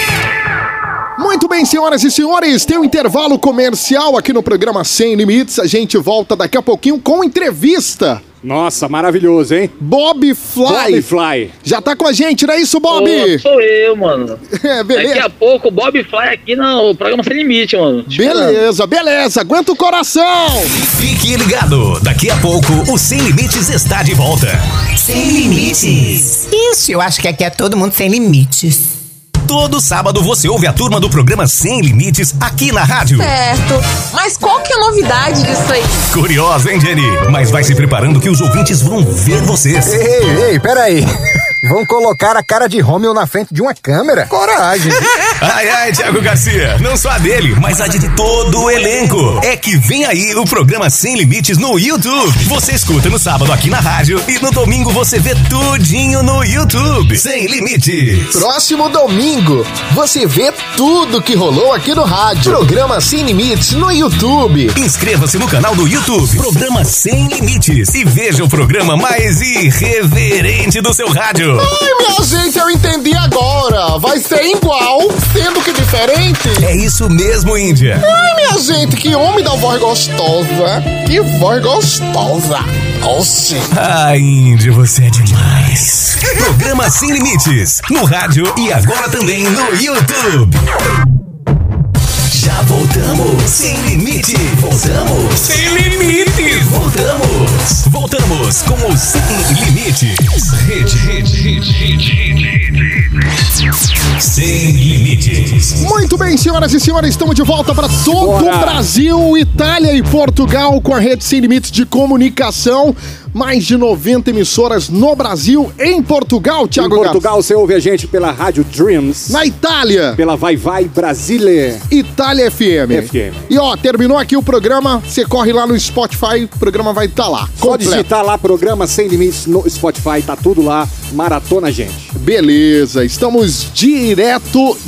Muito bem, senhoras e senhores, tem um intervalo comercial aqui no programa Sem Limites. A gente volta daqui a pouquinho com entrevista. Nossa, maravilhoso, hein? Bob Fly. Já tá com a gente, não é isso, Bob? Sou eu, mano. Beleza. Daqui a pouco o Bob Fly aqui no programa Sem Limite, mano. Beleza. Aguenta o coração. Fique ligado. Daqui a pouco o Sem Limites está de volta. Sem Limites. Isso, eu acho que aqui é todo mundo sem limites. Todo sábado você ouve a turma do programa Sem Limites aqui na rádio. Certo. Mas qual que é a novidade disso aí? Curiosa, hein, Jenny? Mas vai se preparando que os ouvintes vão ver vocês. Ei, peraí. Vão colocar a cara de Romeu na frente de uma câmera? Coragem. Ai, Thiago Garcia. Não só a dele, mas a de todo o elenco. É que vem aí o programa Sem Limites no YouTube. Você escuta no sábado aqui na rádio e no domingo você vê tudinho no YouTube. Sem Limites. Próximo domingo, você vê tudo que rolou aqui no rádio. Programa Sem Limites no YouTube. Inscreva-se no canal do YouTube. Programa Sem Limites. E veja o programa mais irreverente do seu rádio. Ai, minha gente, eu entendi agora. Vai ser igual, sendo que diferente. É isso mesmo, Índia. Ai, minha gente, que homem da voz gostosa. Que voz gostosa. Oxi. Ai, Índia, você é demais. Programa Sem Limites. No rádio e agora também no YouTube. Já voltamos. Sem Limite. Voltamos. Sem Limite. Voltamos com o Sem Limites. Rede. Sem Limites. Muito bem, senhoras e senhores, estamos de volta para todo o Brasil, Itália e Portugal com a Rede Sem Limites de Comunicação. Mais de 90 emissoras no Brasil, em Portugal, Thiago Garcia. Em Portugal você ouve a gente pela Rádio Dreams. Na Itália. Pela Vai Brasília. Itália FM. E ó, terminou aqui o programa, você corre lá no Spotify, o programa vai estar lá. Pode digitar lá, programa Sem Limites no Spotify, tá tudo lá, maratona gente. Beleza, estamos direto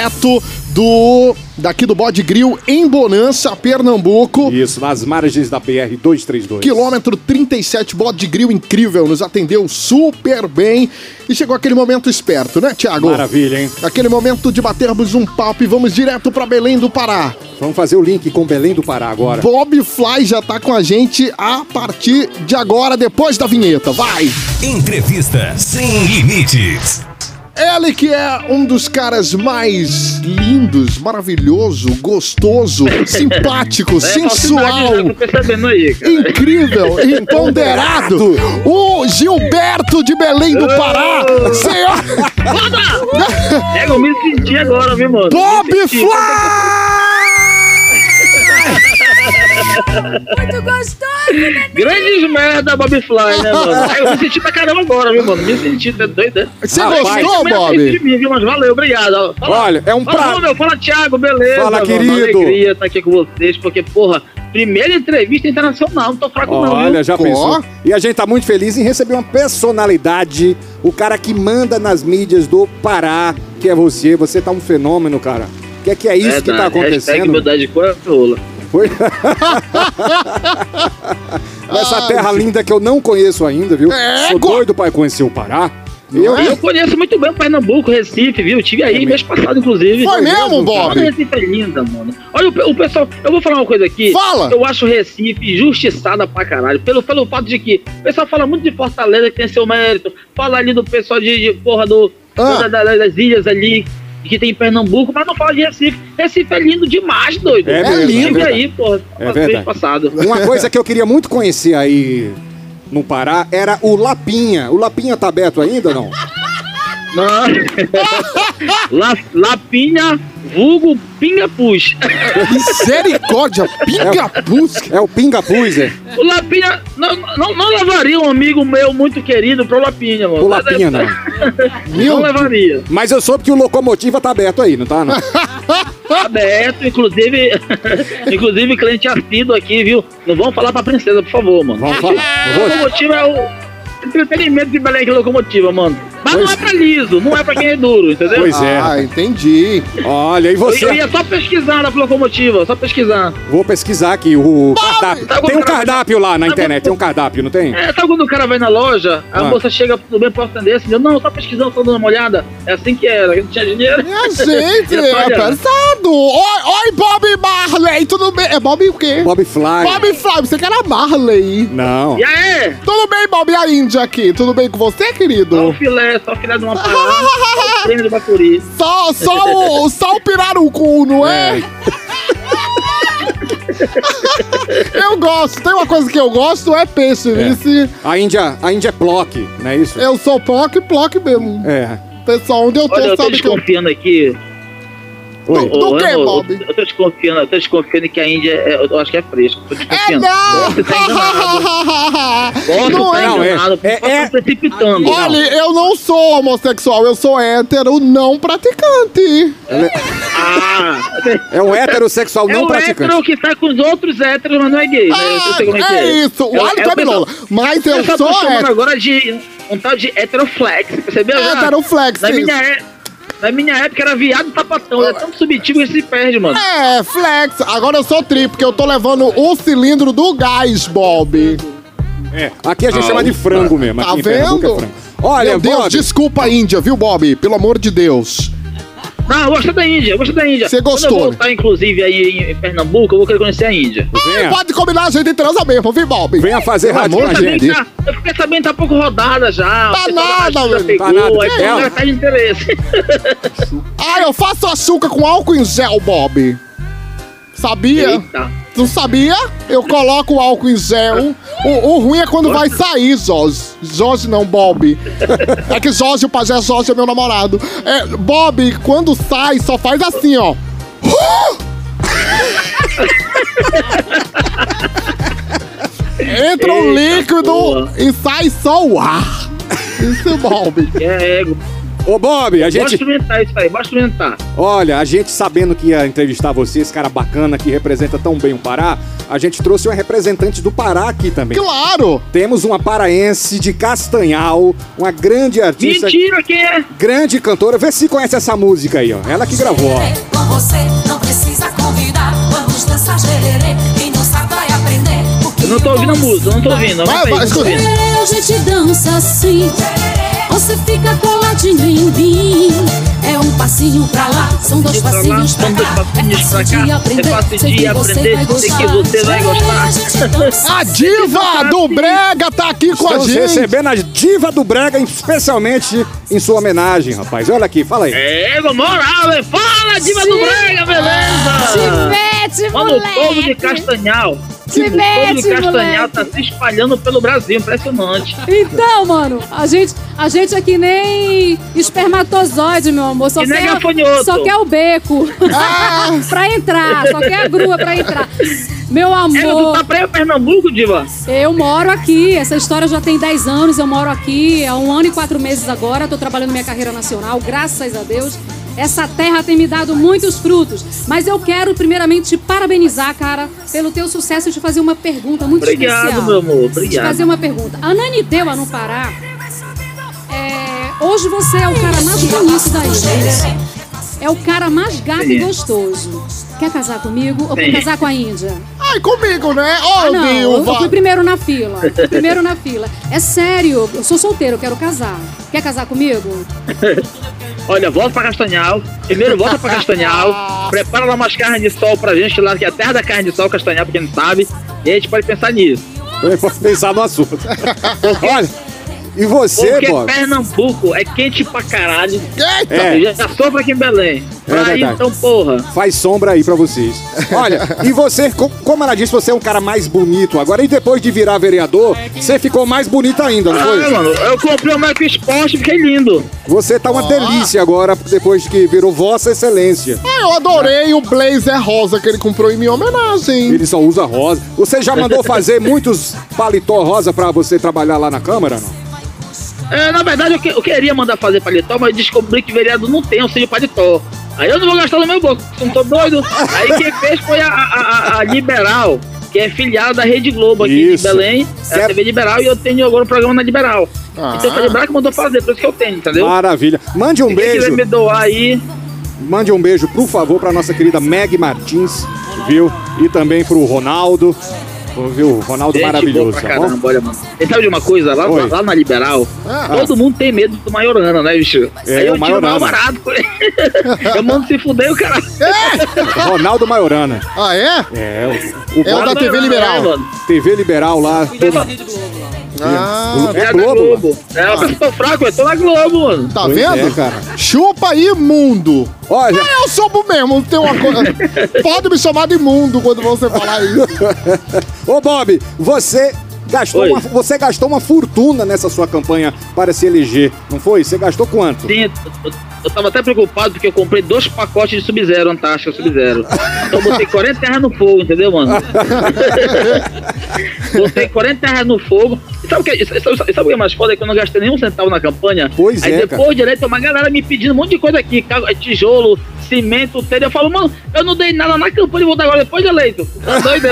daqui do Bode Grill, em Bonança, Pernambuco. Isso, nas margens da BR-232. Quilômetro 37, Bode Grill incrível, nos atendeu super bem. E chegou aquele momento esperto, né, Thiago? Maravilha, hein? Aquele momento de batermos um papo e vamos direto pra Belém do Pará. Vamos fazer o link com Belém do Pará agora. Bob Fly já tá com a gente a partir de agora, depois da vinheta. Vai! Entrevista Sem Limites. Ele que é um dos caras mais lindos, maravilhoso, gostoso, simpático, sensual, aí, incrível, empoderado, o Gilberto de Belém do Pará. Senhor... Eu me senti agora, viu, mano? Bob Fly! Muito gostoso, né? Grandes merda, Bob Fly, né, mano? Eu me senti pra caramba agora, viu, mano? Me senti doido, né? Você gostou, Bob? De mim, viu? Mas valeu, obrigado. Olha, é um prazer. Fala, Thiago, beleza? Fala, mano, querido. Alegria estar aqui com vocês, porque, porra, primeira entrevista internacional, não tô fraco não, viu? Olha, já pensou? E a gente tá muito feliz em receber uma personalidade, o cara que manda nas mídias do Pará, que é você. Você tá um fenômeno, cara. Que é isso que tá acontecendo? Humildade com a rola. Foi? Nessa terra linda que eu não conheço ainda, viu? Sou doido pra conhecer o Pará. Eu conheço muito bem o Pernambuco, Recife, viu? Tive aí mês passado, inclusive. Foi mesmo, Bob? Olha, Recife é linda, mano. Olha o pessoal, eu vou falar uma coisa aqui. Fala! Eu acho Recife injustiçada pra caralho. Pelo fato de que o pessoal fala muito de Fortaleza, que tem seu mérito. Fala ali do pessoal de porra das ilhas ali, que tem em Pernambuco, mas não fala de Recife. Recife é lindo demais, doido. É lindo. E aí, porra, mês passado. Uma coisa que eu queria muito conhecer aí no Pará era o Lapinha. O Lapinha tá aberto ainda ou não? Não. Lapinha, vulgo Pinga-Pus. Misericórdia, Pinga-Pus? É o Pinga-Pus, é? O Lapinha, não levaria um amigo meu muito querido pro Lapinha, mano. O Lapinha não. Não levaria. Mas eu soube que o Locomotiva tá aberto aí, não tá? Não? Tá aberto, inclusive cliente assíduo aqui, viu? Não vamos falar pra princesa, por favor, mano. Vamos falar. Locomotiva é o entretenimento de Belém que Locomotiva, mano. Mas não é pra liso, não é pra quem é duro, entendeu? Pois é. Ah, entendi. Olha, e você? Eu ia só pesquisar na Locomotiva, só pesquisar. Vou pesquisar aqui o cardápio. Tem um cardápio lá na internet, tem um cardápio, não tem? Sabe quando o cara vai na loja, a moça chega, tudo bem, posso atender? Assim, não, só pesquisando, só dando uma olhada. É assim que era, não tinha dinheiro. Gente, é pesado. Oi, Bob Marley, tudo bem? É Bob o quê? Bob Fly. Bob Fly, você que era Marley. Não. E aí? Tudo bem, Bob? E a Índia aqui? Tudo bem com você, querido? Só filé de uma parada. Só o prêmio do Bacuri. Só o pirarucu, não é? Eu gosto. Tem uma coisa que eu gosto, é peixe. A Índia é ploque, não é isso? Eu sou ploque mesmo. É. Pessoal, onde eu tô, olha, eu tô sabe que eu... desconfiando aqui. Do que, Bob? Eu tô desconfiando que a Índia, eu acho que é fresco. Tô desconfiando. Você tá enganado. Não é precipitando. Olha, eu não sou homossexual, eu sou hétero não praticante. É um heterossexual não praticante. É um hétero que tá com os outros héteros, mas não é gay, né? Eu sei como é que é. Isso, o Alho Cabilola. Mas eu sou hétero. Agora de um tal de heteroflex, percebeu? Heteroflex, na minha época era viado sapatão, é tão subtil que se perde, mano. É, flex. Agora eu sou tri, porque eu tô levando o cilindro do gás, Bob. É, aqui a gente chama de frango mesmo. Tá vendo? Olha, meu Deus, Bob. Desculpa a Índia, viu, Bob? Pelo amor de Deus. Não, eu gosto da Índia, Você gostou? Quando eu voltar, inclusive, aí em Pernambuco, eu vou querer conhecer a Índia. Pode combinar, a gente transa mesmo, viu, Bob? Venha fazer rádio com a gente. Eu fiquei sabendo que tá um pouco rodada já. Tá nada, velho. Tá nada. Aí tá de interesse. Eu faço açúcar com álcool em gel, Bob. Sabia? Eita. Tu sabia? Eu coloco o álcool em gel. O ruim é quando vai sair, Jorge. Jorge não, Bob. É que Jorge, o pajé Jorge é meu namorado. Bob, quando sai, só faz assim, ó. Entra o líquido e sai só o ar. Isso, Bob. É ego. Ô, Bob, a gente... Bora experimentar isso aí, bora experimentar. Olha, a gente sabendo que ia entrevistar você, esse cara bacana que representa tão bem o Pará, a gente trouxe uma representante do Pará aqui também. Claro! Temos uma paraense de Castanhal, uma grande artista... Mentira, quem é? Grande cantora. Vê se conhece essa música aí, ó. Ela que gravou, ó. Com você não precisa convidar, vamos dançar gererê, quem não sabe vai aprender. Eu não tô ouvindo a música, eu não tô ouvindo. Vai, escuta. A gente dança assim, você fica coladinho em mim. É um passinho pra lá, são dois passinhos pra cá. É fácil de aprender, sei que você vai gostar. A diva do Brega tá aqui com a gente. Estamos recebendo a diva do Brega, especialmente em sua homenagem, rapaz. Olha aqui, fala aí. Moral, hein? Fala, diva do Brega, beleza? mete, Mano, o povo de Castanhal. O povo de Castanhal tá se espalhando pelo Brasil, impressionante. Então, mano, a gente é que nem espermatozoide, meu amor. Só quer o beco pra entrar, só quer a grua pra entrar. Meu amor. Tu tá pra Pernambuco, Diva? Eu moro aqui, essa história já tem 10 anos, eu moro aqui há 1 ano e 4 meses agora, tô trabalhando minha carreira nacional, graças a Deus. Essa terra tem me dado muitos frutos. Mas eu quero, primeiramente, te parabenizar, cara, pelo teu sucesso e te fazer uma pergunta muito especial. Obrigado, meu amor. Obrigado. Te fazer uma pergunta. Ananindeua, no Pará, hoje você é o cara mais bonito da ilha. É o cara mais gato e gostoso. Quer casar comigo ou quer casar com a Índia? Ai, comigo, né? Não, eu fui primeiro na fila. É sério, eu sou solteiro, eu quero casar. Quer casar comigo? Olha, volta pra Castanhal. Primeiro volta pra Castanhal. Prepara lá umas carnes de sol pra gente lá, que é a terra da carne de sol, Castanhal, pra quem não sabe. E a gente pode pensar nisso. Pode pensar no assunto. Olha, e você, porque Bob? Pernambuco é quente pra caralho. É. Eu já sofro aqui em Belém. Aí, então, porra. Faz sombra aí pra vocês. Olha, e você, como ela disse, você é um cara mais bonito agora. E depois de virar vereador, você ficou mais bonito ainda, não foi? Mano, eu comprei o Mac Sport e fiquei lindo. Você tá uma delícia agora, depois que virou Vossa Excelência. Eu adorei o blazer rosa que ele comprou em minha homenagem. Ele só usa rosa. Você já mandou fazer muitos paletó rosa pra você trabalhar lá na Câmara, não? Na verdade, eu queria mandar fazer paletó, mas descobri que vereador não tem auxílio paletó. Aí eu não vou gastar no meu bolso, não tô doido. Aí quem fez foi a Liberal, que é filiada da Rede Globo aqui de Belém, a TV Liberal, e eu tenho agora um programa na Liberal. Então foi a Liberal que mandou fazer, por isso que eu tenho, entendeu? Maravilha. Mande um beijo. Se quiser me doar aí. Mande um beijo, por favor, pra nossa querida Meg Martins, viu? E também pro Ronaldo. Viu? Ronaldo maravilhoso. Pra caramba, olha, mano. E sabe de uma coisa? Lá na Liberal, todo mundo tem medo do Maiorana, né, bicho? Aí eu tiro o mal barato com ele. Eu mando se fuder o cara. Ronaldo Maiorana. Ah, é? É o da TV Liberal. TV Liberal lá. É Globo. Eu tô fraco, eu tô na Globo, mano. Tá vendo? Cara. Chupa imundo. Olha. Eu sou bom mesmo, tem uma coisa. Pode me chamar de imundo quando você falar isso. Ô, Bob, você gastou uma fortuna nessa sua campanha para se eleger, não foi? Você gastou quanto? Sim, eu tava até preocupado porque eu comprei 2 pacotes de Sub-Zero, Antártica Sub-Zero. Então eu botei 40 reais no fogo, entendeu, mano? Botei 40 reais no fogo. E sabe o que é mais foda? É que eu não gastei nenhum centavo na campanha. Pois aí depois de eleito, uma galera me pedindo um monte de coisa aqui, tijolo, cimento, telha. Eu falo, mano, eu não dei nada na campanha e vou dar agora depois de eleito. Tá doido?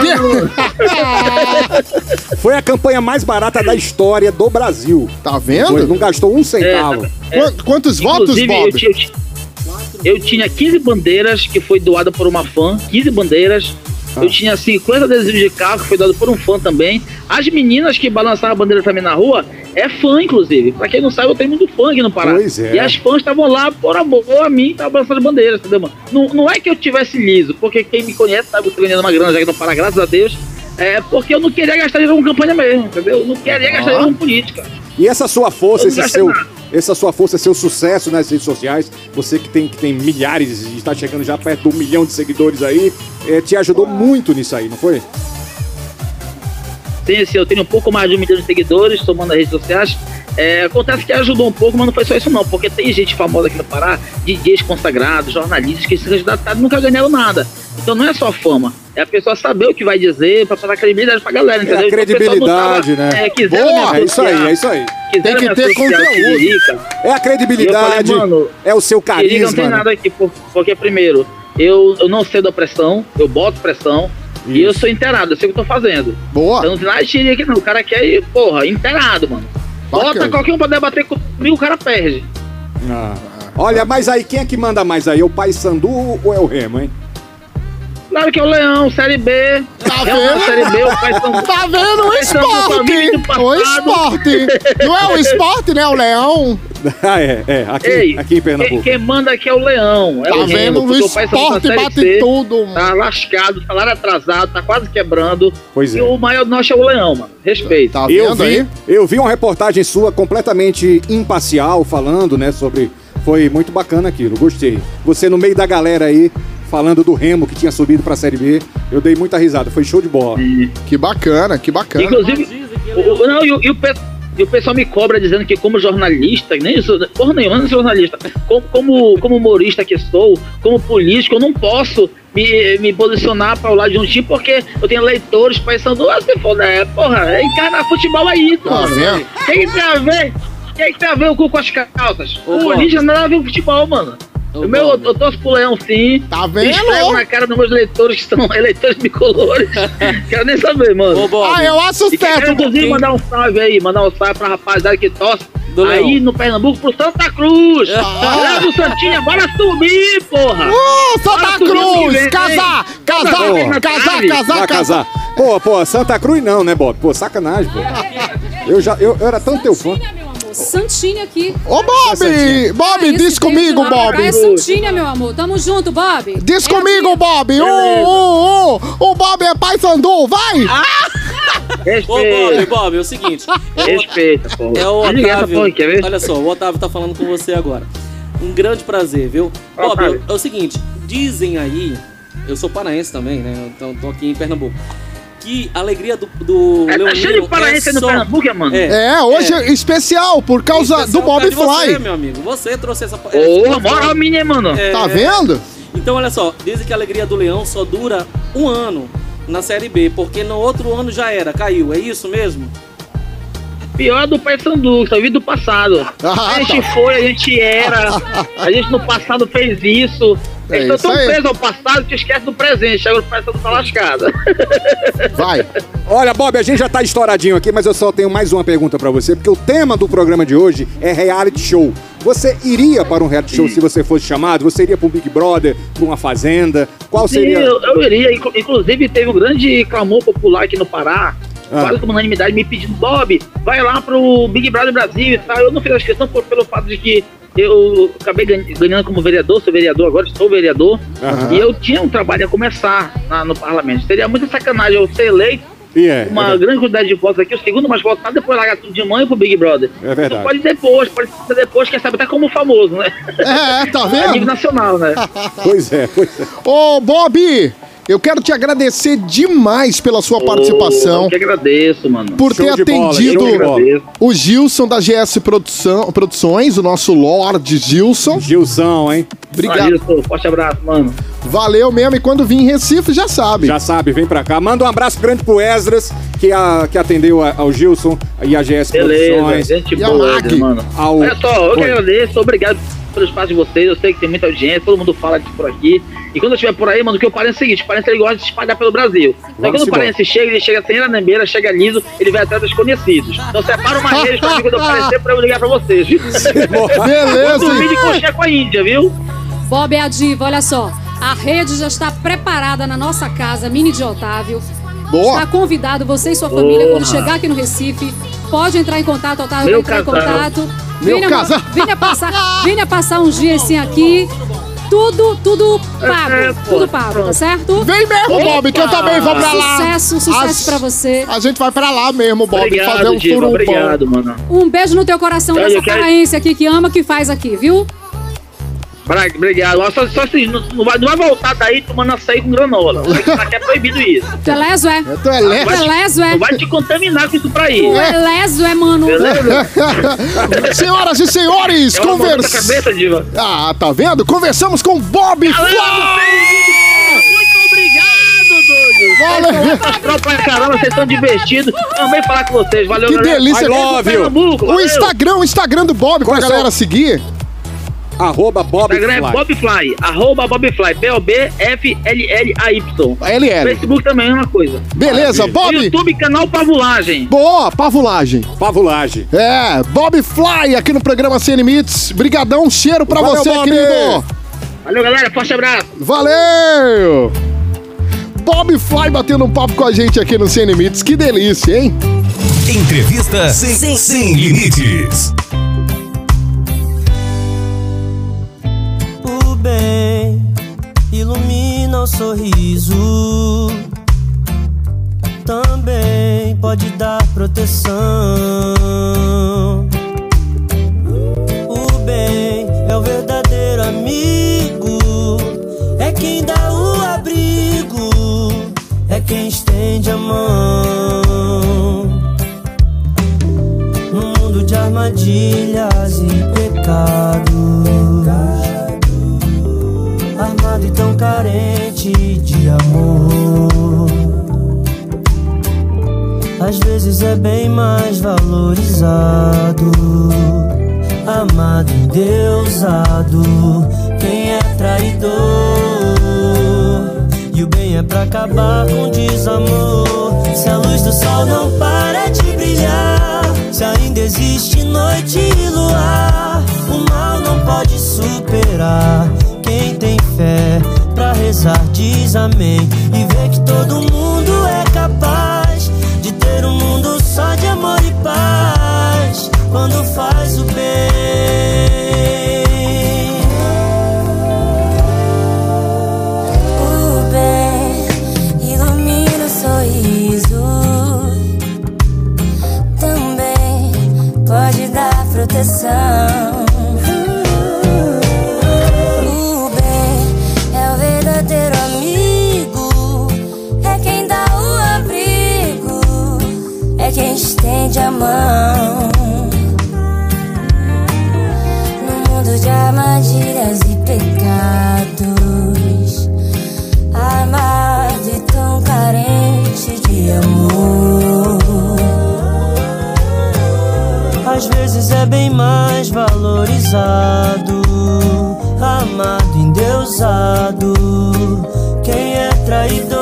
Foi a campanha mais barata da história do Brasil. Tá vendo? Não gastou um centavo. Quantos votos, Bob? Eu tinha 15 bandeiras que foi doada por uma fã. 15 bandeiras. Eu tinha 50 adesivos de carro que foi dado por um fã também. As meninas que balançaram a bandeira também na rua é fã, inclusive. Pra quem não sabe, eu tenho muito fã aqui no Pará. Pois é. E as fãs estavam lá por amor a mim, estavam balançando bandeiras, entendeu, mano? Não é que eu tivesse liso, porque quem me conhece sabe que eu tô ganhando uma grana já aqui no Pará, graças a Deus. É porque eu não queria gastar dinheiro com campanha mesmo, entendeu? Eu não queria gastar dinheiro com política. E essa sua força, essa sua força, seu sucesso nas redes sociais, você que tem milhares e está chegando já perto de 1 milhão de seguidores aí, te ajudou muito nisso aí, não foi? Sim, eu tenho um pouco mais de 1 milhão de seguidores, somando as redes sociais. Acontece que ajudou um pouco, mas não foi só isso não, porque tem gente famosa aqui no Pará, DJs consagrados, jornalistas que se candidataram e nunca ganharam nada. Então não é só fama, é a pessoa saber o que vai dizer pra dar credibilidade pra galera, entendeu? A credibilidade, né? Boa, é isso aí. Tem que ter conteúdo. É a credibilidade, falei, mano, é o seu carisma. Não tem nada aqui, porque primeiro, eu não sei da pressão, eu boto pressão. Isso. E eu sou inteirado, eu sei o que eu tô fazendo. Boa. Então não tem nada de tirinha aqui não, o cara quer ir, porra, inteirado, mano. Bota qualquer um pra debater comigo, o cara perde. Olha, mas aí, quem é que manda mais aí? É o Paysandu ou é o Remo, hein? Claro que é o Leão, Série B. Tá vendo? Série B, o Paysandu. Tá vendo? O esporte. O esporte. Não é o esporte, né? O Leão. Aqui em Pernambuco. Quem manda aqui é o Leão. Tá vendo? O esporte bate tudo, mano. Tá lascado, salário atrasado, tá quase quebrando. Pois é. E o maior nosso é o Leão, mano. Respeito. Tá vendo aí? Eu vi uma reportagem sua completamente imparcial, falando, né, sobre... Foi muito bacana aquilo, gostei. Você no meio da galera aí, falando do Remo, que tinha subido pra Série B. Eu dei muita risada, foi show de bola. Que bacana, que bacana. Inclusive, e o pessoal me cobra dizendo que como jornalista, nem isso, porra nenhuma, não sou jornalista, como humorista que sou, como político, eu não posso me posicionar para o lado de um time porque eu tenho leitores pensando, você foda, porra, encarnar futebol é isso, mano. Tem que ter a ver o cu com as calças. O político não tem nada a ver com futebol, mano. Eu torço pro Leão, sim. Tá vendo? Esfrego na cara dos meus leitores que são eleitores bicolores. Quero nem saber, mano. Eu acho certo. Quero, inclusive, mandar um salve pra rapaziada que torce aí no Pernambuco pro Santa Cruz. Leva o Santinha, bora subir, porra. Santa Cruz! Casar. Pô, Santa Cruz não, né, Bob? Pô, sacanagem, pô. Eu era tão teu fã. Santinha aqui. Ô, Bob, diz comigo, Bob. É Santinha, meu amor. Tamo junto, Bob. Diz comigo, Bob. O Bob é pai Sandu, vai. Ô, Bob, é o seguinte. Respeita, pô. É o Otávio. Olha só, o Otávio tá falando com você agora. Um grande prazer, viu? Bob, é o seguinte. Dizem aí, eu sou paraense também, né? Então tô aqui em Pernambuco. Que a alegria do Leonino tá cheio de paraense no Pernambuco, mano. Hoje é especial por causa do Bob Fly. Você, meu amigo, você trouxe essa... Bora, menina, mano. Tá vendo? Então, olha só, dizem que a alegria do Leão só dura um ano na Série B, porque no outro ano já era, caiu, é isso mesmo? Pior do Paysandu, só vi do passado. A gente foi, a gente era, a gente no passado fez isso. Eles estão tão presos ao passado que esquece do presente. Chega o Paysandu tá lascado. Vai. Olha, Bob, a gente já tá estouradinho aqui, mas eu só tenho mais uma pergunta pra você, porque o tema do programa de hoje é reality show. Você iria para um reality show se você fosse chamado? Você iria para um Big Brother, para uma Fazenda? Qual seria? Eu iria. Inclusive, teve um grande clamor popular aqui no Pará. Quase com unanimidade me pedindo, Bob, vai lá pro Big Brother Brasil e tal. Eu não fiz a questão pelo fato de que eu acabei ganhando como vereador, sou vereador agora, estou vereador. E eu tinha um trabalho a começar no parlamento. Seria muita sacanagem eu ser eleito, uma grande quantidade de votos aqui, o segundo mais votado, depois largar tudo de mãe pro Big Brother. É verdade. Então pode ser depois, quem sabe até como famoso, né? Tá vendo? A nível nacional, né? Pois é. Ô, Bob! Eu quero te agradecer demais pela sua participação. Eu que agradeço, mano. Por ter atendido o Gilson da GS Produções, o nosso Lorde Gilson. Gilson, hein? Obrigado. Gilson, forte abraço, mano. Valeu mesmo. E quando vir em Recife, já sabe. Já sabe, vem pra cá. Manda um abraço grande pro Esdras, que atendeu ao Gilson e a GS Produções. Gente boa, mano. Olha só, eu que agradeço. Obrigado pelo espaço de vocês. Eu sei que tem muita audiência, todo mundo fala disso por aqui. E quando eu estiver por aí, mano, o que eu parece é o seguinte: o parece ele gosta de se espalhar pelo Brasil. Então quando o parece chega, ele chega sem lambeira, chega liso, ele vai atrás dos conhecidos. Então separa uma rede pra mim quando eu aparecer pra eu ligar pra vocês, viu? Beleza. Vou dormir de coxinha com a Índia, viu? Bob é a diva, olha só. A rede já está preparada na nossa casa, Mini de Otávio. Boa. Está convidado, você e sua família, quando chegar aqui no Recife, pode entrar em contato, Otávio vai entrar em contato. Venha passar uns dias assim aqui. Tudo pago, tá certo? Vem mesmo, Bob, que eu também vou pra lá. Sucesso pra você. A gente vai pra lá mesmo, Bob, obrigado, fazer um surubão. Obrigado, mano. Um beijo no teu coração dessa paraense aqui que ama, que faz aqui, viu? Obrigado. Só assim, não vai voltar daí tomando açaí com granola. Aqui é proibido isso. Tu é leso, é? Tu é leso, Não vai te contaminar com isso pra aí. Tu é leso, é, mano? Senhoras e senhores, cabeça, diva. Tá vendo? Conversamos com Bob Fly! Muito obrigado, doido! Valeu! Astral pra caramba, vocês estão divertidos. Também falar com vocês. Valeu, que galera. Delícia! I love you. O Instagram do Bob, pra galera seguir. @BobFly. Instagram é BobFly, @BobFly, BOBFLLAY. LL. Facebook também é uma coisa. Beleza, Bob. No YouTube, canal Pavulagem. Boa, Pavulagem. É, Bob Fly aqui no programa Sem Limites. Brigadão, um cheiro pra você, Bob. querido. Valeu, galera, forte abraço. Valeu. Bob Fly batendo um papo com a gente aqui no Sem Limites. Que delícia, hein? Entrevista Sem Limites. Bem, ilumina o sorriso, também pode dar proteção. O bem é o verdadeiro amigo, é quem dá quem estende a mão. Num mundo de armadilhas e pecados, armado e tão carente de amor, às vezes é bem mais valorizado, amado, endeusado, quem é traidor. E o bem é pra acabar com desamor. Se a luz do sol não para de brilhar, se ainda existe noite e luar, o mal não pode superar. Quem tem fé pra rezar diz amém e vê que todo mundo é capaz de ter um mundo só de amor e paz quando faz o bem. O bem ilumina o sorriso, também pode dar proteção. O bem é o verdadeiro amigo, é quem dá o abrigo, é quem estende a mão. No mundo de armadilhas e pecados, amado e tão carente de amor, às vezes é bem mais valorizado, amado, endeusado, quem é traidor.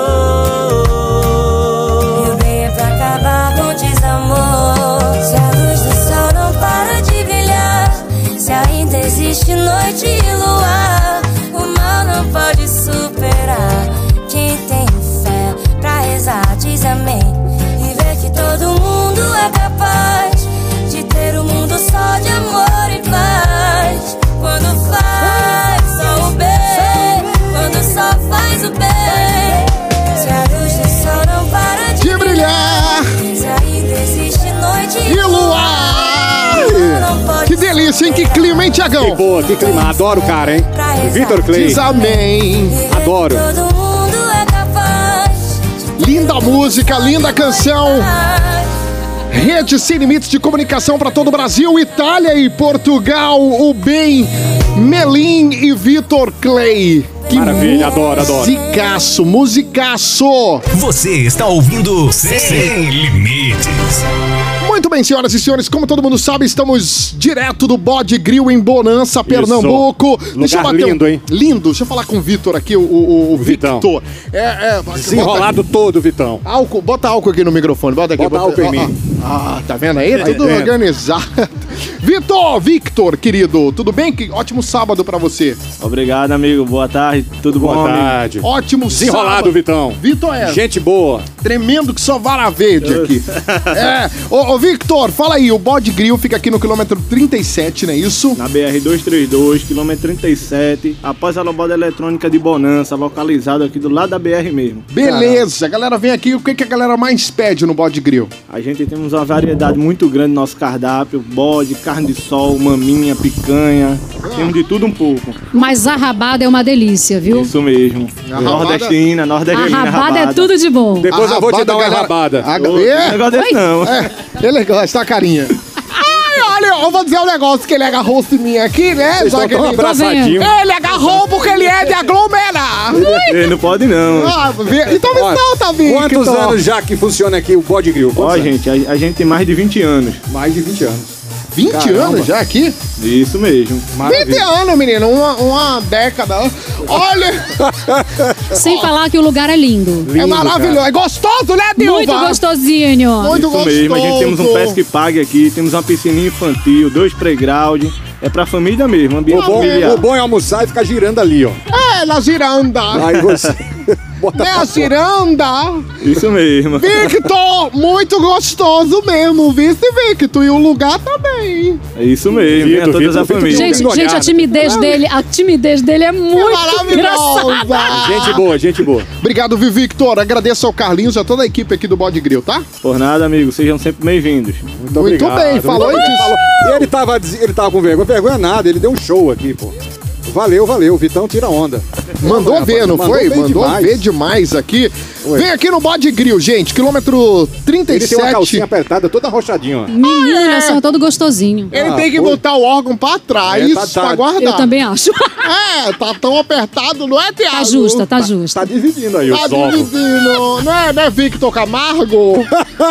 E o bem é pra acabar com desamor. Se a luz do sol não para de brilhar, se ainda existe noite e luar, o mal não pode superar. Quem tem fé pra rezar diz amém e vê que todo mundo é capaz de ter um mundo só de amor e paz quando faz só o bem, quando só faz o bem. Se a luz do sol não para de brilhar, se ainda existe noite E luar! Que delícia, hein? Que clima, hein, Tiagão? Que boa, que clima. Adoro o cara, hein? Vitor Clay. Diz amém. Adoro. todo mundo é capaz. Linda música, linda canção. Rede Sem Limites de comunicação para todo o Brasil, Itália e Portugal. O bem, Melim e Vitor Clay. Que maravilha, adoro, adoro. Musicaço, musicaço. Você está ouvindo Sem Limites. Muito bem, senhoras e senhores, como todo mundo sabe, estamos direto do Bode Grill em Bonança, Pernambuco. Lugar lindo, hein? Lindo. Deixa eu falar com o Vitor aqui, o Vitão. Victor. Desenrolado todo, Vitão. Álcool, bota álcool aqui no microfone. Bota aqui. Bota álcool em mim. Tá vendo aí? Tudo dentro. organizado. Victor, querido, tudo bem? Ótimo sábado pra você. Obrigado, amigo. Boa tarde. Tudo bom, Boa amigo? tarde. Ótimo Desenrolado, sábado. Vitão. Vitor é Gente boa. tremendo que só vara verde aqui. Ô, Victor, fala aí, o Bode Grill fica aqui no quilômetro 37, não é isso? Na BR-232, quilômetro 37, após a lombada eletrônica de Bonança, localizado aqui do lado da BR mesmo. Beleza, a galera vem aqui, o que a galera mais pede no Bode Grill? A gente temos uma variedade muito grande no nosso cardápio, bode, carne de sol, maminha, picanha, temos de tudo um pouco. Mas a rabada é uma delícia, viu? Isso mesmo. Nordestina. A rabada é tudo de bom. Depois eu vou te dar uma galera- rabada. Não negócio desse não. Ele gosta, tá, carinha? Ai, olha, eu vou dizer um negócio que ele agarrou em mim aqui, né? Vocês Já estão que tão ele... abraçadinho. Ele agarrou porque ele é de aglomerar. Ei, não pode não. Então me Olha, solta, Victor. Quantos anos já que funciona aqui o Bode Grill? Ó, Quantos anos? gente, a gente tem mais de 20 anos. Mais de 20 anos. 20 Caramba. anos já aqui? Isso mesmo. 20 anos, menino. Uma década. Olha, Sem falar que o lugar é lindo. é maravilhoso. É gostoso, né, Dilva? Muito gostosinho. Muito Isso mesmo, a gente temos um pesca e pague aqui, temos uma piscininha infantil, 2 playground, é pra família mesmo, ambiente familiar. O bom é almoçar e ficar girando ali, ó. É, na giranda. Aí você bota É pra a fora. giranda. Isso mesmo. Victor, muito gostoso mesmo, Victor. E o lugar também. É isso mesmo, venha todas as famílias. Gente, a timidez dele é muito engraçada. Gente boa. Obrigado, Victor. Agradeço ao Carlinhos e a toda a equipe aqui do Bode Grill, tá? Por nada, amigo, sejam sempre bem-vindos. Muito obrigado. bem, falou Muito isso. falou. E ele tava com vergonha. Vergonha nada, ele deu um show aqui, pô. Valeu, o Vitão tira onda. Mandou ver, não foi? Mandou demais. ver demais aqui. Oi. Vem aqui no Bode Grill, gente. Quilômetro 37. Ele tem uma calcinha apertada, toda arrochadinha, ó. Menino, olha só, todo gostosinho. Ele tem que botar o órgão pra trás pra guardar. Eu também acho. Tá tão apertado, não é, Thiago? Tá justa, tá justa. Tá dividindo aí Tá os ovos. dividindo. Não é Victor Camargo?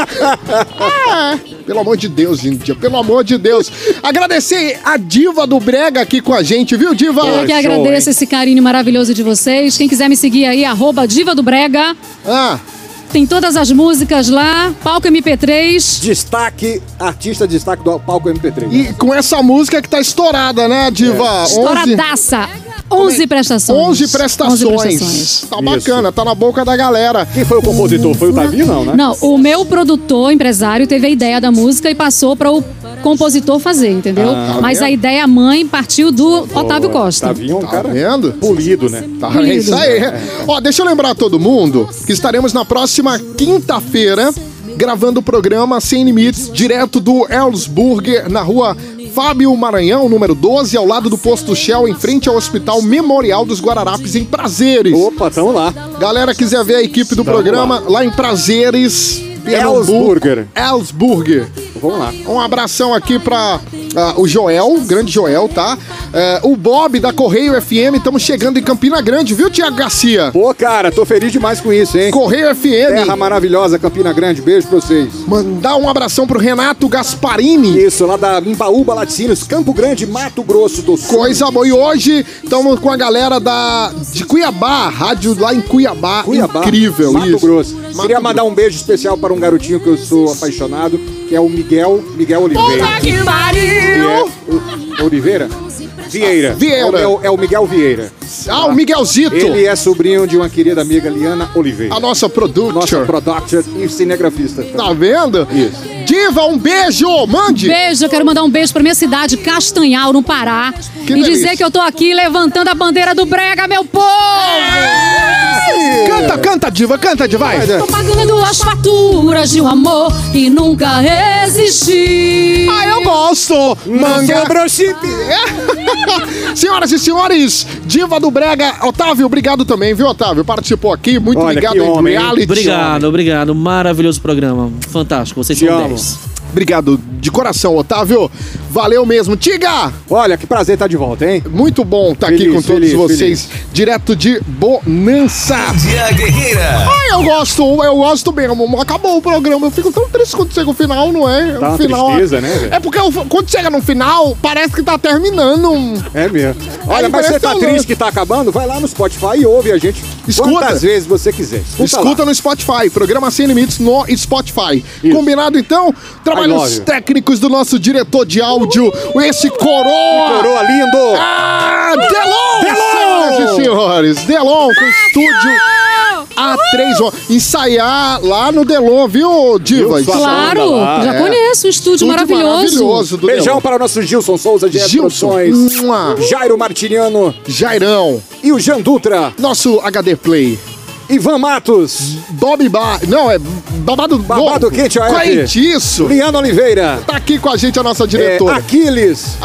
Pelo amor de Deus, Índia. Pelo amor de Deus. Agradecer a Diva do Brega aqui com a gente, viu, Diva? Eu que agradeço esse carinho maravilhoso de vocês. Quem quiser me seguir aí, @Diva do Brega. Tem todas as músicas lá, Palco MP3. Destaque, artista destaque do Palco MP3. E com essa música que tá estourada, né, Diva? Estouradaça. 11 prestações. 11 prestações. Tá bacana, tá na boca da galera. Quem foi o compositor? Foi o Tavinho, não, né? Não, o meu produtor, empresário, teve a ideia da música e passou para o compositor fazer, entendeu? Mas a ideia mãe partiu do Otávio Costa. Tavinho é um cara vendo? Polido, né? É isso aí. Ó, deixa eu lembrar a todo mundo que estaremos na próxima quinta-feira gravando o programa Sem Limites, direto do Ellsburger, na rua Fábio Maranhão, número 12, ao lado do posto Shell, em frente ao Hospital Memorial dos Guararapes, em Prazeres. Opa, tamo lá. Galera, quiser ver a equipe do programa, lá em Prazeres, Ellsburger. Ellsburger. Vamos lá. Um abração aqui pra o Joel, o grande Joel, tá? O Bob da Correio FM, estamos chegando em Campina Grande, viu, Tiago Garcia? Pô, cara, tô feliz demais com isso, hein? Correio FM. Terra maravilhosa, Campina Grande. Beijo pra vocês. Mandar um abração pro Renato Gasparini. Isso, lá da Imbaúba Laticínios, Campo Grande, Mato Grosso do Sul. Coisa boa. E hoje estamos com a galera de Cuiabá, rádio lá em Cuiabá. Incrível, Mato isso. Grosso. Queria mandar um beijo especial para um garotinho que eu sou apaixonado, que é o Miguel Oliveira. Puta que pariu! Oliveira? Vieira. É o Miguel Vieira. O Miguelzito. Ele é sobrinho de uma querida amiga, Liana Oliveira. A nossa producer. Nossa producer e cinegrafista. Tá vendo? Isso. Diva, um beijo, mande! Beijo, eu quero mandar um beijo pra minha cidade, Castanhal, no Pará. Que e delícia. dizer que eu tô aqui levantando a bandeira do Brega, meu povo! Canta, Diva, vai! Tô pagando as faturas de um amor que nunca existiu. Eu gosto! Manga brochipe! Senhoras e senhores, Diva do Brega, Otávio, obrigado também, viu, Otávio? Participou aqui, muito ligado em reality. Obrigado. Maravilhoso programa. Fantástico, vocês são 10. Obrigado de coração, Otávio. Valeu mesmo. Tiga! Olha, que prazer estar de volta, hein? Muito bom estar aqui com todos vocês, direto de Bonança. Dia Guerreira. Eu gosto mesmo. Acabou o programa. Eu fico tão triste quando chega o final, não é? Tá o final, tristeza, né, velho? É porque quando chega no final, parece que tá terminando. É mesmo. Olha, mas você tá triste que tá acabando? Vai lá no Spotify e ouve a gente quantas vezes você quiser. Escuta no Spotify. Programa Sem Limites no Spotify. Isso. Combinado, então? Trabalhos técnicos do nosso diretor de áudio, esse coroa. Coroa lindo. Delon! Senhoras e senhores, Delon com estúdio A3. Ensaiar lá no Delon, viu, Divas? Claro, já conheço o estúdio maravilhoso. Do Beijão Delon. para o nosso Gilson Souza de Gilson. Produções. Jairo Martiniano. Jairão. E o Jean Dutra. Nosso HD Play. Ivan Matos. Bob Bar. Não, é babado quente, Quentiço. Liana Oliveira. Tá aqui com a gente a nossa diretora. Aquiles.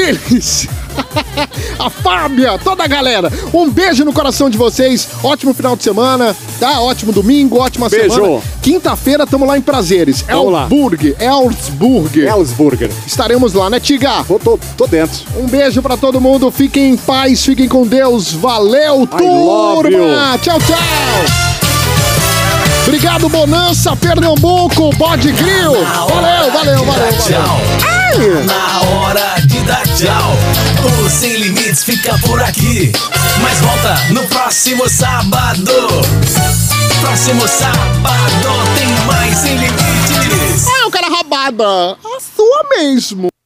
A Fábia, toda a galera. Um beijo no coração de vocês. Ótimo final de semana, tá? Ótimo domingo, ótima semana. Quinta-feira estamos lá em Prazeres. Ellsburger. Estaremos lá, né, Tiga? Tô dentro. Um beijo pra todo mundo. Fiquem em paz, fiquem com Deus. Valeu, turma. Tchau, tchau. Obrigado, Bonança, Pernambuco, Bode Grill. Valeu. Tchau. Na hora de dar tchau. O Sem Limites fica por aqui, mas volta no próximo sábado. Próximo sábado tem mais Sem Limites. O cara roubada. A sua mesmo.